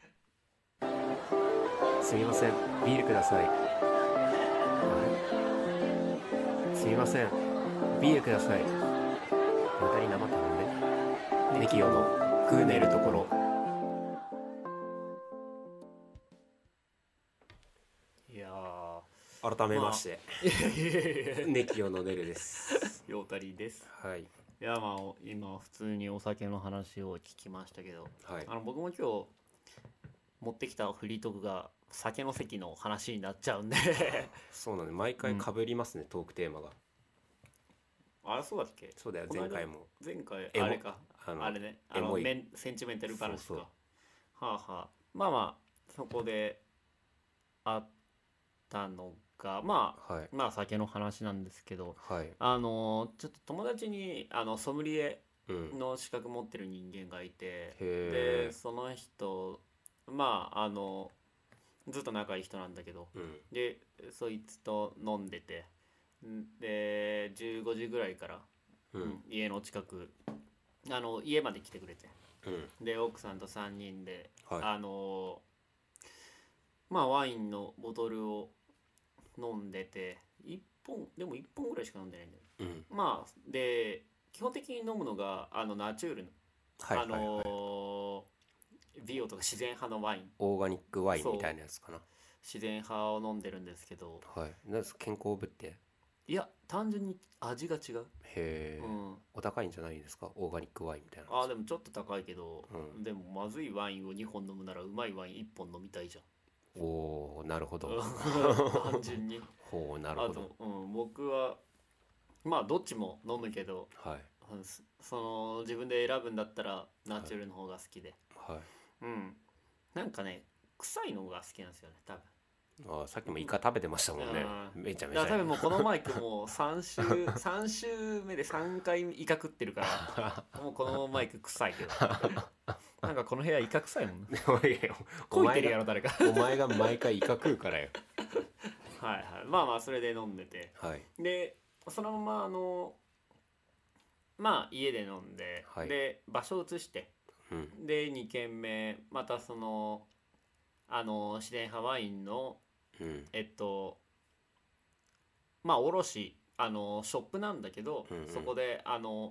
すみませんビールください。すみませんビールください。またに生頼んでネキヨのグーネルところ。 いや改めまして、まあ、ネキヨのネルですヨータリーです。 はい。 いやまあ今普通にお酒の話を聞きましたけど、はい、あの僕も今日持ってきたフリートークが酒の席の話になっちゃうんでそうなんで毎回被りますね、うん、トークテーマが。 あれそうだっけ。 そうだよ前回も前回あれか あ, あれねあのメンセンチメンタル話か。そうそうはあはあまあまあそこであったのかまあ、 はい、 まあ酒の話なんですけど、 はい、 あのちょっと友達にあのソムリエうん、 の資格持ってる人間がいて、でへその人まああのずっと仲いい人なんだけど、 え、うん、 でそいつと飲んでて、でじゅうごじぐらいから、 うん、 うん、家の近くあの家まで来てくれて、 うん、 で奥さんとさんにんではい、 あのまあワインのボトルを飲んでて、いっぽんでもいっぽんぐらいしか飲んでないんだよ。 うん、 まあで基本的に飲むのがあのナチュールのはい、 あはい、はい、 のビオとか自然派のワイン、 オーガニックワインみたいそうなやつかな。 自然派を飲んでるんですけど、 はい、なんです健康部って。 いや単純に味が違う。 へえ、 うん。 お高いんじゃないんですか、オーガニックワインみたいなやつ。 ああでもちょっと高いけど、 うん、 でもまずいワインをにほん飲むならうまいワインいっぽん飲みたいじゃん。 おお、なるほど。 単純に。 ほう、なるほど。 あと、うん、僕はまあどっちも飲むけど、 はい、 うんそその自分で選ぶんだったらナはい、 チュラルの方が好きで、 はい。 うん、なんかね臭いのが好きなんですよね多分。 あー、さっきもイカ食べてましたもんね。 あめちゃめちゃ。 だから多分もうこのマイクもうさん週さん週目でさんかいイカ食ってるからもうこのマイク臭いけどなんかこの部屋イカ臭いもんね。 でもいやおこいて前がるやろ誰かお前が毎回イカ食うからよ。 はいはいまあまあそれで飲んでて、 はい、 でそのままあのまあ家で飲んで、 はい、 で場所移して、 うん、 でに軒目またそのあの自然派ワインのうん、 えっとまあ卸あのショップなんだけど、 うんうんそこであの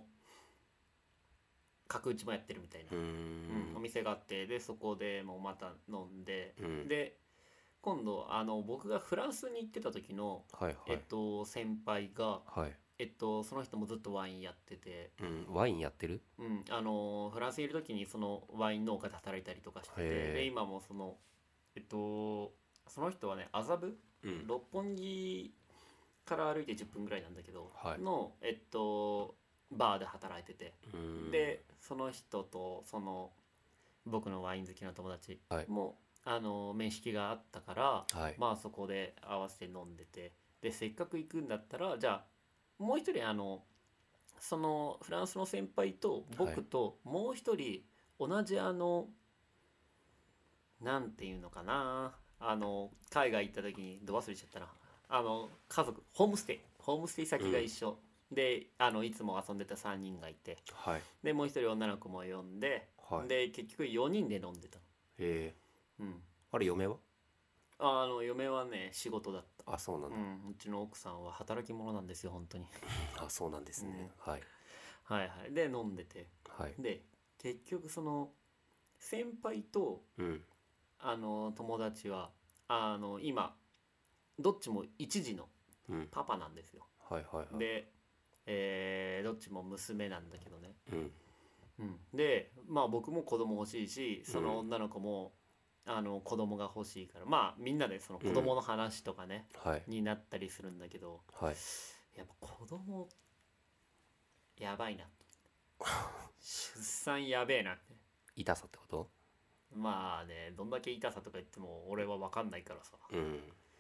角打ちもやってるみたいな、 うーうんおん、 店があって、でそこでもうまた飲んで、 うん、 で今度あの僕がフランスに行ってた時のはいはいえっと先輩がはい、 えっとその人もずっとワインやってて、 うん、ワインやってる。 うん、あのフランスにいる時にそのワイン農家で働いたりとかしてて、でへ今もそのえっとその人はね麻布え、うん、 六本木から歩いてじゅっぷんぐらいなんだけどはい、 のえっとバーで働いてて、 うーん、 でその人とその僕のワイン好きな友達はい、 もあの面識があったから、 はい、 まあそこで合わせて飲んでて、でせっかく行くんだったらじゃあもう一人あのそのフランスの先輩とはい、 僕ともう一人同じあのなんていうのかなあの海外行った時にど忘れちゃったな、あの家族ホームステイホームステイ先が一緒、であのいつも遊んでたさんにんがいて、 はい、 でもう一人女の子も呼んで、 はい、 で結局よにんで飲んでたへえ、 の。うんあれ嫁は。 あの嫁はね仕事だった。 あ、そうなんだ。 うん、うちの奥さんは働き者なんですよ本当に。 あ、そうなんですね。はい、 はいはいで飲んでて、 はい、 で結局その先輩とうん、 あの友達はあの今どっちも一児のうん、 パパなんですよ。 はいはいはい、 で、えーどっちも娘なんだけどね、 うん、 うん、でまあ僕も子供欲しいしそのうん、 女の子もあの子供が欲しいから、まあみんなでその子うん供の話とかね、 はい、 になったりするんだけど、 はい、 やっぱ子供やばいな、出産やべえなって。 痛さってこと。 まあねどんだけ痛さとか言っても俺は分かんないからさ、 うん、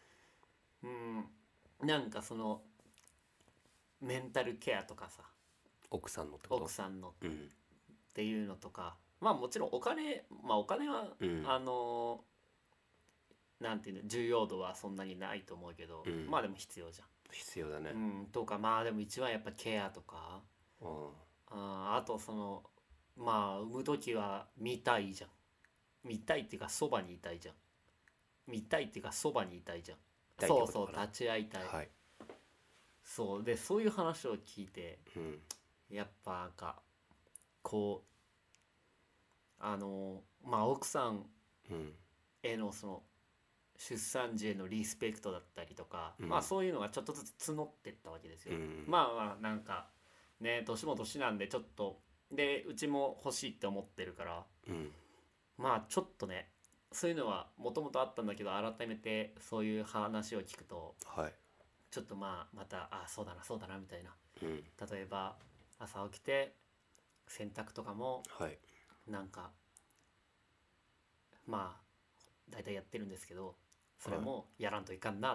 うんなんかそのメンタルケアとかさ奥さんのってこと。 奥さんのっうん、 ていうのとか、まあもちろんお金まあお金は、 うん、 あのなんていうの重要度はそんなにないと思うけど、 うん、 まあでも必要じ必要だね。 ゃん、うん、とかまあでも一番やっぱケアとか、 うん、 ああとそのまあ産む時は見たいじゃん、見たいっていうかそばにいたいじゃん、見たいっていうかそばにいたいじゃん、 痛いってそうそうことかな。 立ち会いたい、 はい、 そうでそういう話を聞いてうん、 やっぱなんかこうあのまあ奥さんうん、 へのその出産時へのリスペクトだったりとか、 うんまあそういうのがちょっとずつ募ってったわけですよ、 うん、 まあまあなんかね年も年なんでちょっとでうちも欲しいって思ってるから、 うん、 まあちょっとねそういうのはもともとあったんだけど改めてそういう話を聞くとはい、 ちょっとまあまたあそうだなそうだなみたいな、 うん、 例えば朝起きて洗濯とかもはい、 なんかまあ大体やってるんですけどそれはい、 もやらんといかんなとか、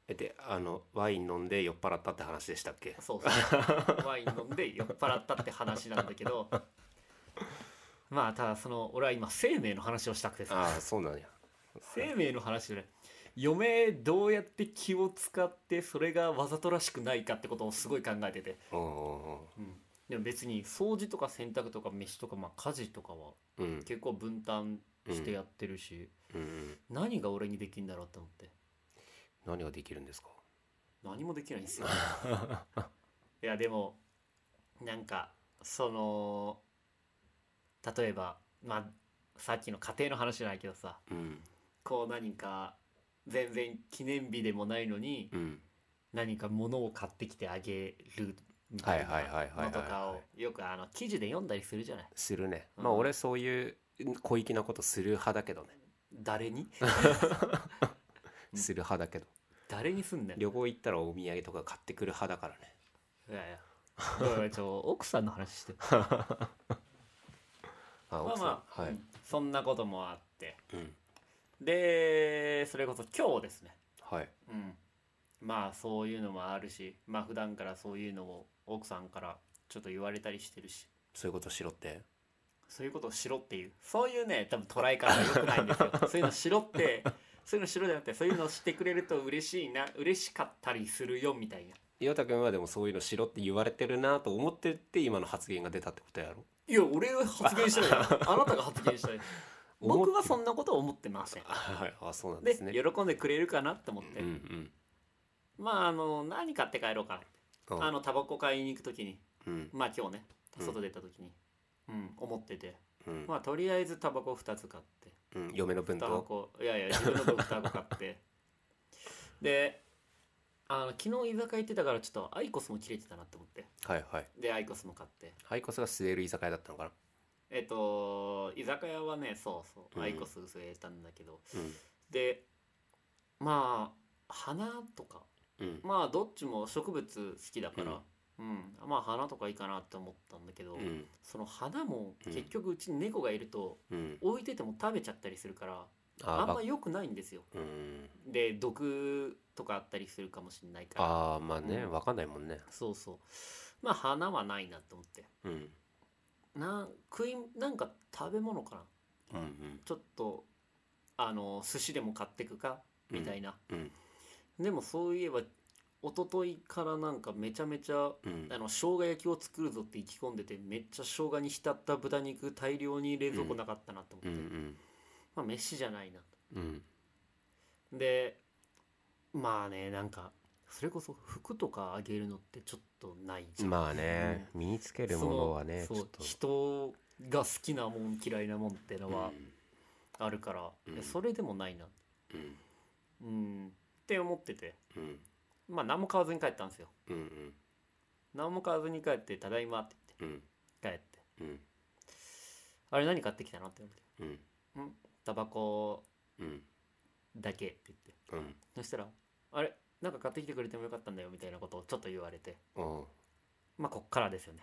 えであのワイン飲んで酔っ払ったって話でしたっけ？ そうそうワイン飲んで酔っ払ったって話なんだけどまあただその俺は今生命の話をしたくてさ。 ああそうなんや。 生命の話でね、嫁どうやって気を使ってそれがわざとらしくないかってことをすごい考えてて、 うんうんうん、でも別に掃除とか洗濯とか飯とか、まあ、家事とかはうん結構分担してやってるし、 うんうん。 何が俺にできんだろうって思って。 何ができるんですか？ 何もできないんですよいやでもなんかその例えばまあさっきの家庭の話じゃないけどさ、 うんこう何か全然記念日でもないのにうん何か物を買ってきてあげるみたいはいはいはいはいはいはいなのとかをよくあの記事で読んだりするじゃない。 するね。 うんまあ俺そういう小粋なことする派だけどね。 誰にする派だけど誰にすんねん。い旅行行ったらお土産とか買ってくる派だからね。 やいやおいおいちょ奥さんの話してあまあ奥さん、 まあ、 はい、 うんそんなこともあってうんでそれこそ今日ですね、 はいうんまあそういうのもあるし、まあ普段からそういうのを奥さんからちょっと言われたりしてるし、 そういうことしろって。 そういうことをしろっていうそういうね多分捉え方が良くないんですよそういうのしろってそういうのしろじゃなくてそういうのをしてくれると嬉しいな嬉しかったりするよみたいな。 岩田君はでもそういうのしろって言われてるなと思ってって今の発言が出たってことやろ。 いや俺が発言したよあなたが発言したよ思って僕はそんなことを思ってません。 はいあそうなんでですね。 喜んでくれるかなって思って、 うんうんまああの何買って帰ろうかなって、 うんあのタバコ買いに行く時にうんまあ今日ねうん外出た時に、うん思ってて、 うんまあとりあえずタバコふたつ買ってうん嫁の分タバとコいやいや自分の分ふたこ買ってであの昨日居酒屋行ってたからちょっとアイコスも切れてたなって思ってはいはい。 でアイコスも買ってハイコスが据える居酒屋だったのかな。 えっと居酒屋はねそうそう、 うんアイコス据えたんだけどうんでまあ花とかうんまあどっちも植物好きだから、うんまあ花とかいいかなって思ったんだけど、 うんその花もうん結局うちに猫がいるとうん置いてても食べちゃったりするからあばあんま良くないんですよ。 うんで毒とかあったりするかもしれないからああまあねうんわかんないもんね。 そうそうまあ花はないなと思ってうんな食いなんか食べ物かなうんうんちょっとあの寿司でも買ってくかみたいな、 うんでもそういえば一昨日からなんかめちゃめちゃうんあの生姜焼きを作るぞって意気込んでてめっちゃ生姜に浸った豚肉大量に冷蔵庫なかったなと思って、 うんまあ飯じゃないなうんとでまあねなんかそれこそ服とかあげるのってちょっとないじゃん。 まあね身につけるものはねちそのょっとそう人が好きなもん嫌いなもんってのはあるから、 うんいやそれでもないなうんうんって思っててうんまあ何も買わずに帰ったんですよ。 うんうん何も買わずに帰ってただいまってうん言って帰ってうんあれ何買ってきたのって言われてうんうんタバコうんだけって言ってうんそしたらあれなんか買ってきてくれてもよかったんだよみたいなことをちょっと言われてうんまあこっからですよね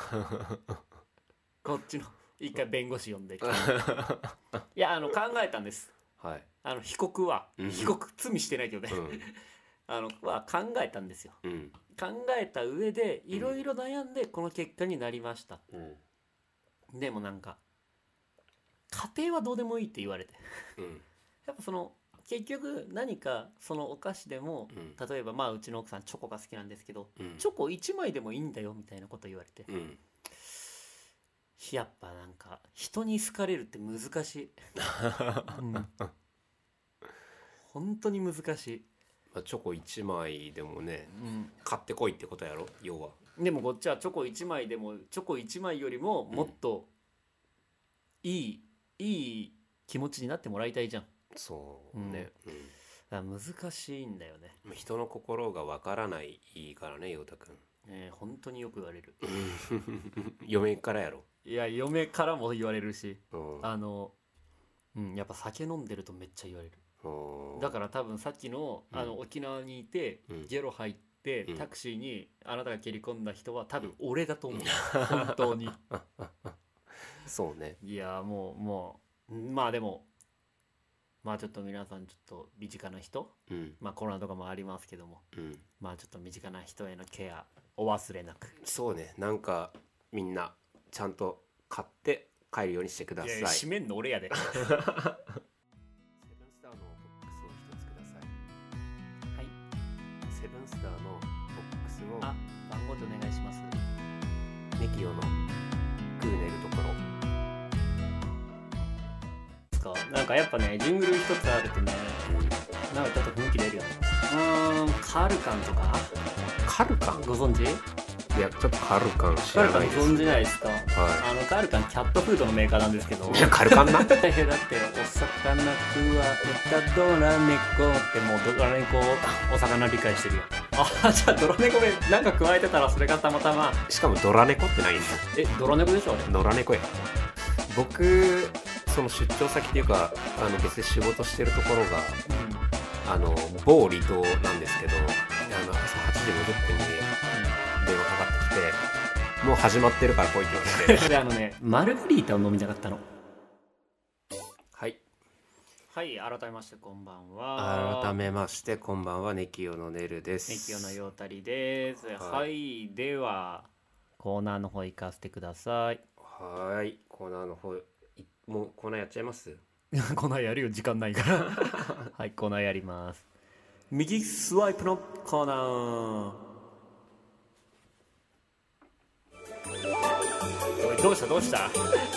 こっちの一回弁護士呼んでいやあの考えたんですはいあの被告はうん被告罪してないけどねうんあのは考えたんですようん考えた上でいろいろ悩んでこの結果になりました、 うんでもなんか家庭はどうでもいいって言われてうんやっぱその結局何かそのお菓子でもうん例えばまあうちの奥さんチョコが好きなんですけどうんチョコいちまいでもいいんだよみたいなこと言われてうんやっぱなんか人に好かれるって難しい、うん、本当に難しい、 まあチョコいちまいでもねうん、 買ってこいってことやろ要は。 でもこっちはチョコいちまいでもチョコいちまいよりももっといい、いい気持ちになってもらいたいじゃん。 そうね、うんだから難しいんだよね、 人の心がわからないからね陽太くん。 えー、本当によく言われる嫁からやろ。 いや嫁からも言われるしうんあの、うん、やっぱ酒飲んでるとめっちゃ言われるうんだから多分さっきの、 うんあの沖縄にいて、 うんゲロ入ってうんタクシーにあなたが蹴り込んだ人は多分俺だと思う本当にそうね。 いやもうもうまあでもまあちょっと皆さんちょっと身近な人、うん、まあコロナとかもありますけども、うん、まあちょっと身近な人へのケアお忘れなく。 そうね、なんかみんなちゃんと買って帰るようにしてください。いや閉めんの俺やでセブンスターのボックスを一つください。はい、セブンスターのボックスを、 あ、番号でお願いします。 ネキオのクーネルところなんかやっぱねジングル一つあるとね、なんかちょっと雰囲気出るよね。うーん、カルカンとか。 カルカンご存知？ いや、ちょっとカルカン知らないです。 カルカン存じないですか？はい、あのカルカンキャットフードのメーカーなんですけど。 いや、カルカンなだってお魚くわえたドラ猫ってもうドラ猫お魚理解してるよ。あ、じゃあドラ猫でなんか加えてたらそれがたまたま。 しかもドラ猫ってないんだ。 え、ドラ猫でしょあれ。 ドラ猫や。僕その出張先っていうか、あの別で仕事してるところが、うん、あの某離島なんですけど、あの朝はちじごじゅっぷんに電話かかってきて、もう始まってるから来いって言われてであのねマルゲリータを飲みたかったの。 はいはい、改めましてこんばんは。 改めましてこんばんは、ネキオのネルです。 ネキオのヨータリです。はい、はい、ではコーナーの方行かせてください。 はい、コーナーの方もうコーナーやっちゃいます？ コーナーやるよ、時間ないからはい、コーナーやります。右スワイプのコーナー。おい、どうしたどうした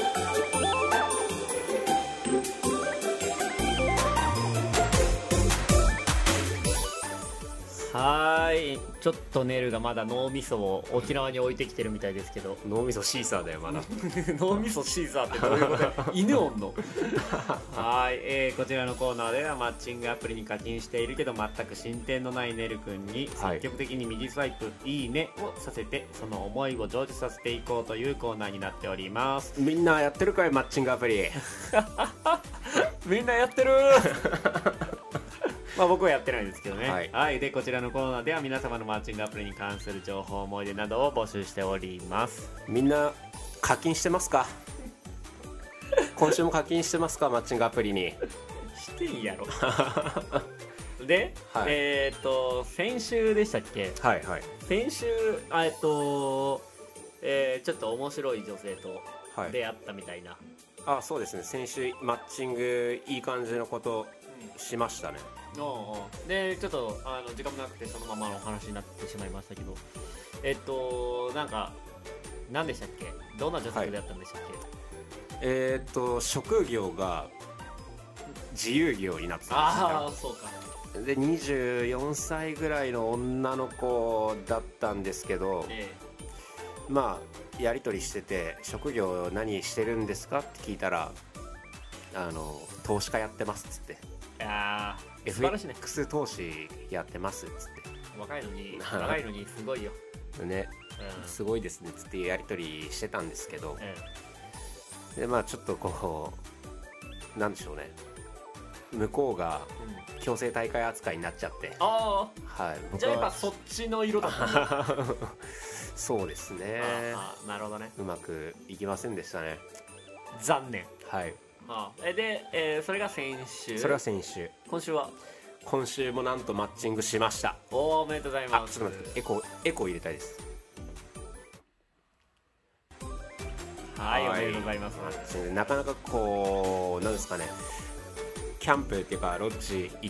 はい、ちょっとネルがまだ脳みそを沖縄に置いてきてるみたいですけど。 脳みそシーサーだよまだ脳みそシーサーってどういうこと犬おんのはい、えー、こちらのコーナーではマッチングアプリに課金しているけど全く進展のないネル君に積極的に右スワイプ、はい、いいねをさせてその思いを成就させていこうというコーナーになっております。 みんなやってるかいマッチングアプリみんなやってるまあ僕はやってないんですけどね。はい、はい、でこちらのコーナーでは皆様のマッチングアプリに関する情報、思い出などを募集しております。 みんな課金してますか今週も課金してますかマッチングアプリに。 してんやろで、はい、えっ、ー、と先週でしたっけ。 はいはい。 先週えっと、えー、ちょっと面白い女性と出会ったみたいな、 はい、あ、そうですね。先週マッチングいい感じのことしましたね。 おうおうでちょっとあの時間もなくてそのままのお話になってしまいましたけど、えっとなんか何でしたっけ、どんな女性であったんでしたっけ。 えー、っと職業が自由業になってたんですよ。 ああそうか。 でにじゅうよんさいぐらいの女の子だったんですけど、ええ、まあやり取りしてて職業何してるんですかって聞いたら、あの投資家やってますっつって。 いやー素晴らしいね。 エフエックス 投資やってますっつって。 若いのに若いのにすごいよね、うん、すごいですねっつってやり取りしてたんですけど、うん、でまあちょっとこうなんでしょうね、向こうが強制大会扱いになっちゃって、うん、 ああ、はい、 僕はじゃあやっぱそっちの色だったそうですね。 ああ、なるほどね。 うまくいきませんでしたね。 残念。 はい。 ああで、えー、それが先週。 それは先週。 今週は今週もなんとマッチングしました。 おめでとうございます。 あ、ちょっと待って、エコエコ入れたいです。 はい、おめでとうございます。 なかなかこうなんですかね、キャンプっていうかロッジ行って、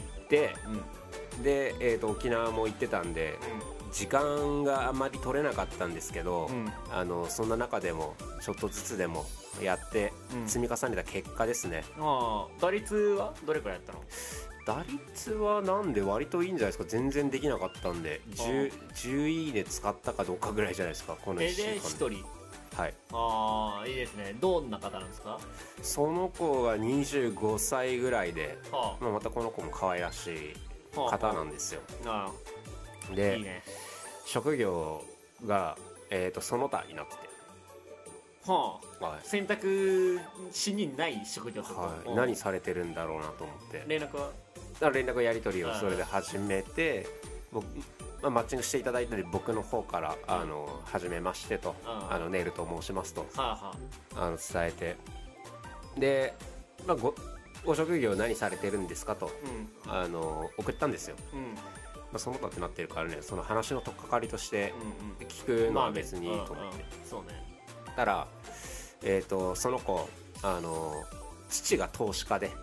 うん、で、えーと、沖縄も行ってたんで、うん、時間があんまり取れなかったんですけど、うん、あのそんな中でもちょっとずつでもやって積み重ねた結果ですね。 うん、ああ、打率はどれくらいやったの？ 打率はなんで割といいんじゃないですか。全然できなかったんで 10, じゅういいね使ったかどうかぐらいじゃないですか、このいっしゅうかんで。 でひとり。 はい。 ああ、いいですね。どんな方なんですか？ その子がにじゅうごさいぐらいで、はあ、まあ、またこの子も可愛らしい方なんですよ。はあはあ、でいいね。職業が、えー、とその他になってて、 はあ、はい、選択肢にない職業とか、 はい、何されてるんだろうなと思って。 連絡は連絡やり取りをそれで始めて、僕、まあ、マッチングしていただいたので僕の方からあの初めましてと、あのネイルと申しますと、はあはあ、あの伝えて、で、まあ、ごご職業何されてるんですかと、 うん、 あの送ったんですよ、 うん、 まあ、その他ってなってるからね、その話の取っかかりとしてうん、 聞くのは別にいいと思って、 まあね、うんうん、そうね。 たら、えーとその子、あの父が投資家で、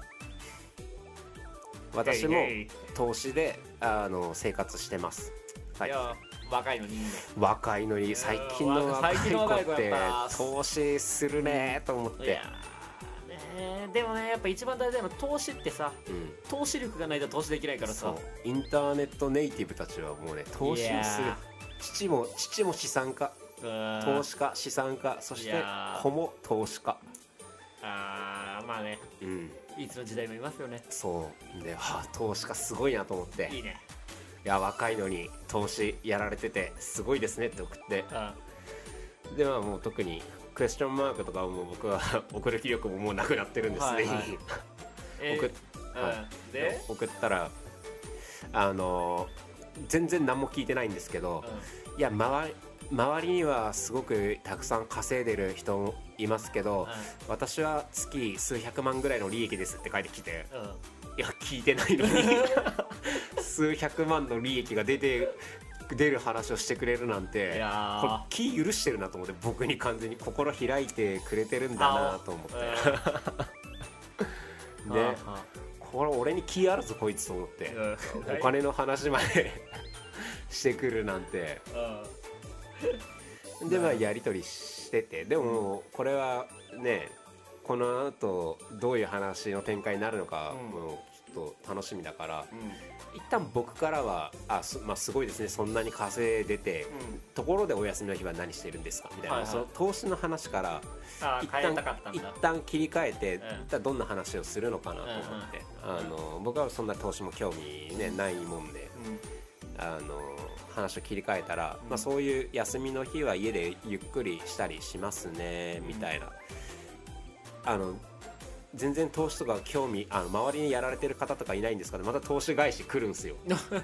私も投資であの生活してます。 はい、いや若いのにいいね。 若いのに最近の若い子って投資するねと思って。いやね、でもね、やっぱ一番大事なの投資ってさ、うん、投資力がないと投資できないからさ。そうインターネットネイティブたちはもうね投資をする。父も父も資産家、投資家、資産家、そして子も投資家。 あーまあね、うん、いつの時代もいますよね。 そうで、はあ、投資家すごいなと思って。 いいね。 いや若いのに投資やられててすごいですねって送って、うん、ではもう特にクエスチョンマークとかはもう僕は送る気力ももうなくなってるんですね、はいはいえー送っはい、で送ったらあの全然何も聞いてないんですけど、うん、いや周り周りにはすごくたくさん稼いでる人もいますけど、うん、私は月数百万ぐらいの利益ですって書いてきて、うん、いや聞いてないのに数百万の利益が出て出る話をしてくれるなんて、いやこれ気許してるなと思って、僕に完全に心開いてくれてるんだなと思ってでこれ俺に気あるぞこいつと思って、お金の話までしてくるなんてでまあやり取りしてて、でもこれはねこの後どういう話の展開になるのかもちょっと楽しみだから、うん、一旦僕からはあ す,、まあ、すごいですねそんなに稼いでて、うん、ところでお休みの日は何してるんですかみたいな、はいはい、その投資の話から一 旦, 一旦切り替えて、うん、一旦どんな話をするのかなと思って、うんうん、あの僕はそんな投資も興味、ね、ないもんで、うん、あの話を切り替えたら、うんまあ、そういう休みの日は家でゆっくりしたりしますね、うん、みたいな。あの全然投資とか興味あの周りにやられてる方とかいないんですかね、また投資返し来るんですよ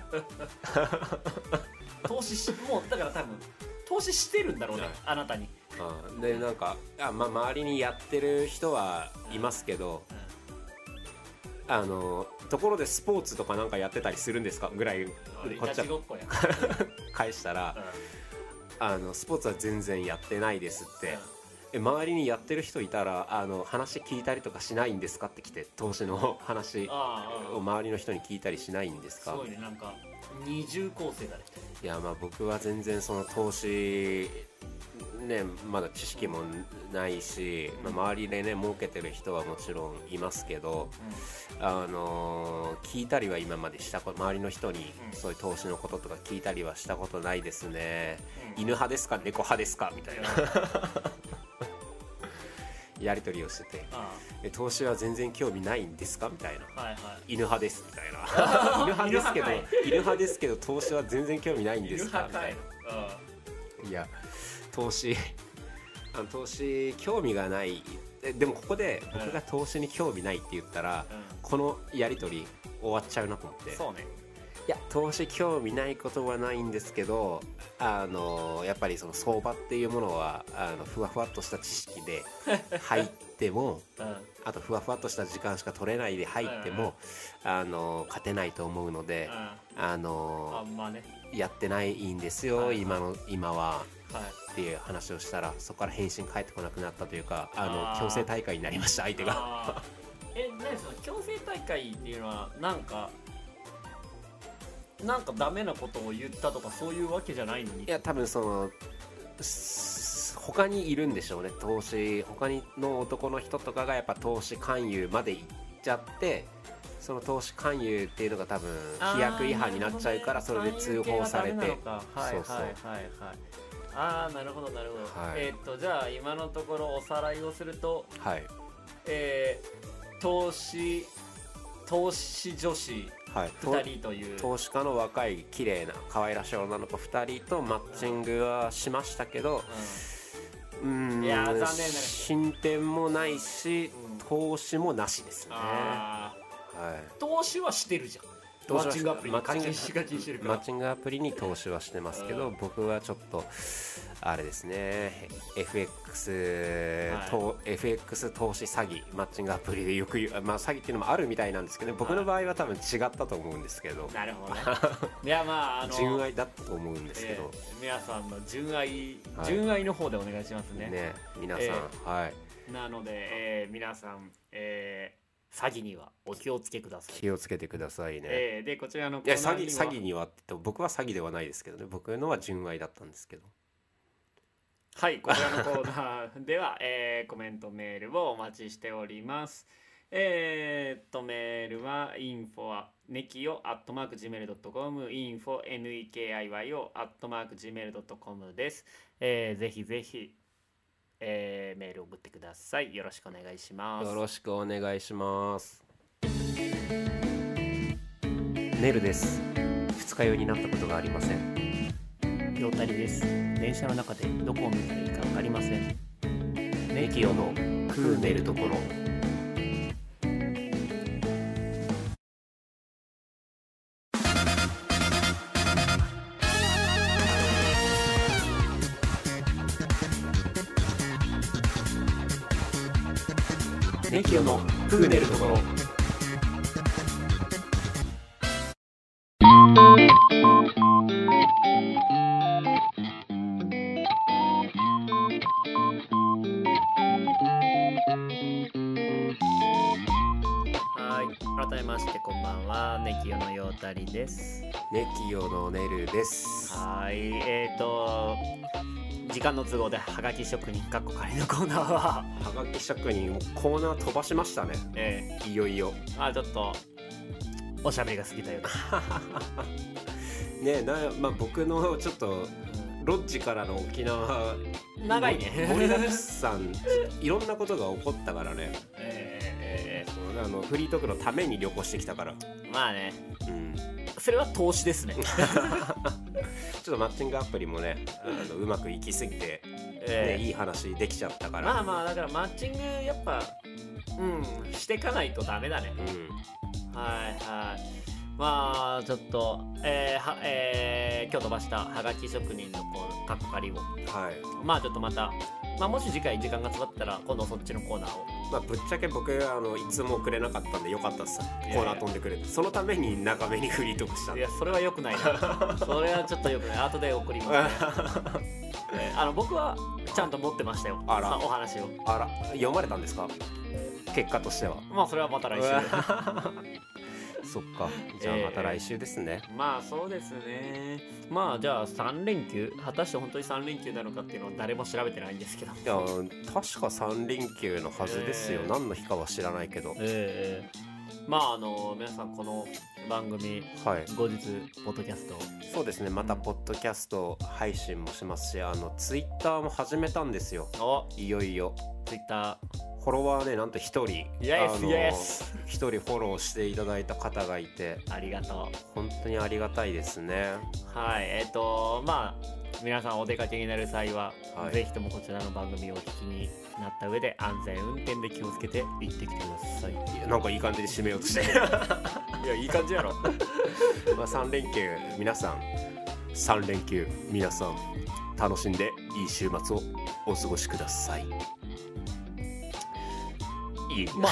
投資しもうだから多分投資してるんだろうね、はい、あなたにあでなんかあ、まあ、周りにやってる人はいますけど、うんうん、あのところでスポーツとかなんかやってたりするんですかぐらいこっちは返したら、うん、あのスポーツは全然やってないですって、うん周りにやってる人いたらあの話聞いたりとかしないんですかって来て、投資の話を周りの人に聞いたりしないんですか。 すごいね、なんか二重構成だね。 いやまあ僕は全然その投資ねまだ知識もないし、まあ、周りでね儲けてる人はもちろんいますけど、うん、あの聞いたりは今までしたこと、周りの人にそういう投資のこととか聞いたりはしたことないですね、うん、犬派ですか猫派ですかみたいなやり取りをしてて、ああ投資は全然興味ないんですかみたいな、はいはい、犬派ですみたいな犬派ですけど犬派ですけど投資は全然興味ないんですかみたいな。いや投資あの投資興味がない。でもここで僕が投資に興味ないって言ったら、うん、このやり取り終わっちゃうなと思って。 そうね。 いや投資興味ないことはないんですけど、あのやっぱりその相場っていうものはあのふわふわっとした知識で入っても、うん、あとふわふわっとした時間しか取れないで入っても、うん、あの勝てないと思うので、うん、あのあ、まあね、 やってないんですよ、はい、今の今は、はい、っていう話をしたらそこから返信返ってこなくなったというか、あの強制大会になりました相手がえ、何その強制大会っていうのはなんかなんかダメなことを言ったとかそういうわけじゃないのに。 いや多分その他にいるんでしょうね、投資他にの男の人とかがやっぱ投資勧誘まで行っちゃって、その投資勧誘っていうのが多分規約違反になっちゃうから、それで通報されて、そうそう、 はいはいはいはい、ああなるほどなるほど、はい、えー、っとじゃあ今のところおさらいをすると、はい、えー、投資投資女子ふたりという、 はい、投資家の若い綺麗な可愛らしい女の子ふたりとマッチングはしましたけど、うん、うんいや残念な進展もないし、うん、投資もなしですね。あ、 はい、投資はしてるじゃん。 マッチングアプリに課金しがちにしてるから。 マッチングアプリに投資はしてますけど、僕はちょっとあれですね エフエックス、はい、と エフエックス 投資詐欺、マッチングアプリでよく言う、まあ、詐欺っていうのもあるみたいなんですけど、僕の場合は多分違ったと思うんですけど、 なるほどねいやまああの純愛だったと思うんですけど、 えー、皆さんの純愛、はい、純愛の方でお願いしますね。 ね皆さん、えー、はいなので、えー、皆さん、えー詐欺にはお気をつけください。 気をつけてくださいね。 えー、でこちらのコーナーには、いや詐欺、詐欺にはって僕は詐欺ではないですけどね。僕のは純愛だったんですけど。 はい、こちらのコーナーでは、えー、コメントメールをお待ちしております。えー、っとメールは インフォ はネキヨ アットマーク ジーメール ドットコム インフォ ネキヨ アットマーク ジーメール ドットコム です。えー、ぜひぜひえー、メールを送ってください。よろしくお願いします。 よろしくお願いします。ネルです。二日酔いになったことがありません。 ヨタリです。電車の中でどこを見たらいいか分かりません。ネキヨのクーネルところ。ネキヨのクーネルところ。はい、改めましてこんばんは、ネキヨのヨータリです。 ネキヨのネルです。 はい、えーと時間の都合ではがき職人かっこ仮のコーナーははがき職人コーナー飛ばしましたね。 ええいよいよあちょっとおしゃべりが過ぎたようねな、まあ、僕のちょっとロッジからの沖縄長いね盛りだくさんいろんなことが起こったからね、 えー、 そうあのフリートークのために旅行してきたから。 まあね、 うん、 それは投資ですねちょっとマッチングアプリもねあのうまくいきすぎて、 えーね、いい話できちゃったから。 まあまあだからマッチングやっぱうんしていかないとダメだね。 うん、 はいはいまあちょっと、えーはえー、今日飛ばしたはがき職人のこうカッコ仮を、 はい、 まあちょっとまた、まあ、もし次回時間が詰まったら今度そっちのコーナーを、 まあ、ぶっちゃけ僕あのいつもくれなかったんでよかったっす。コーナー飛んでくれてそのために長めにフリートークしたんで。 いやそれは良くないなそれはちょっと良くない。後で送りますねえー、あの僕はちゃんと持ってましたよ。 あらお話をあら読まれたんですか結果としては。 まあそれはまた来週そっかじゃあまた来週ですね、 えー、まあそうですね。まあじゃあさん連休果たして本当にさん連休なのかっていうのは誰も調べてないんですけど。 いや確かさん連休のはずですよ、えー、何の日かは知らないけど。 えー、まああの皆さんこの番組、はい、後日ポッドキャストそうですねまたポッドキャスト配信もしますし、あのツイッターも始めたんですよ。いよいよツイッターフォロワーねなんとひとりひとりフォローしていただいた方がいてありがとう。 本当にありがたいですね。 はいえっ、ー、とまあ皆さんお出かけになる際は、はい、ぜひともこちらの番組をお聞きになった上で安全運転で気をつけて行ってきてください。 いやなんかいい感じで締めようとしていやいい感じやろまあさん連休皆さんさん連休皆さん楽しんでいい週末をお過ごしください。いい、ま、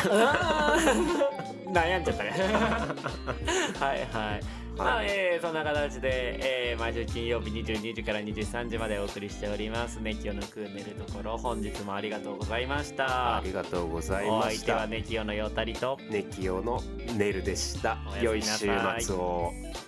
悩んじゃったねはいはいまあえー、そんな形で、えー、毎週金曜日にじゅうにじからにじゅうさんじまでお送りしておりますネキヨのクーネルところ。本日もありがとうございました。 ありがとうございました。お相手はネキヨのヨタリとネキヨのネルでした。良い週末を。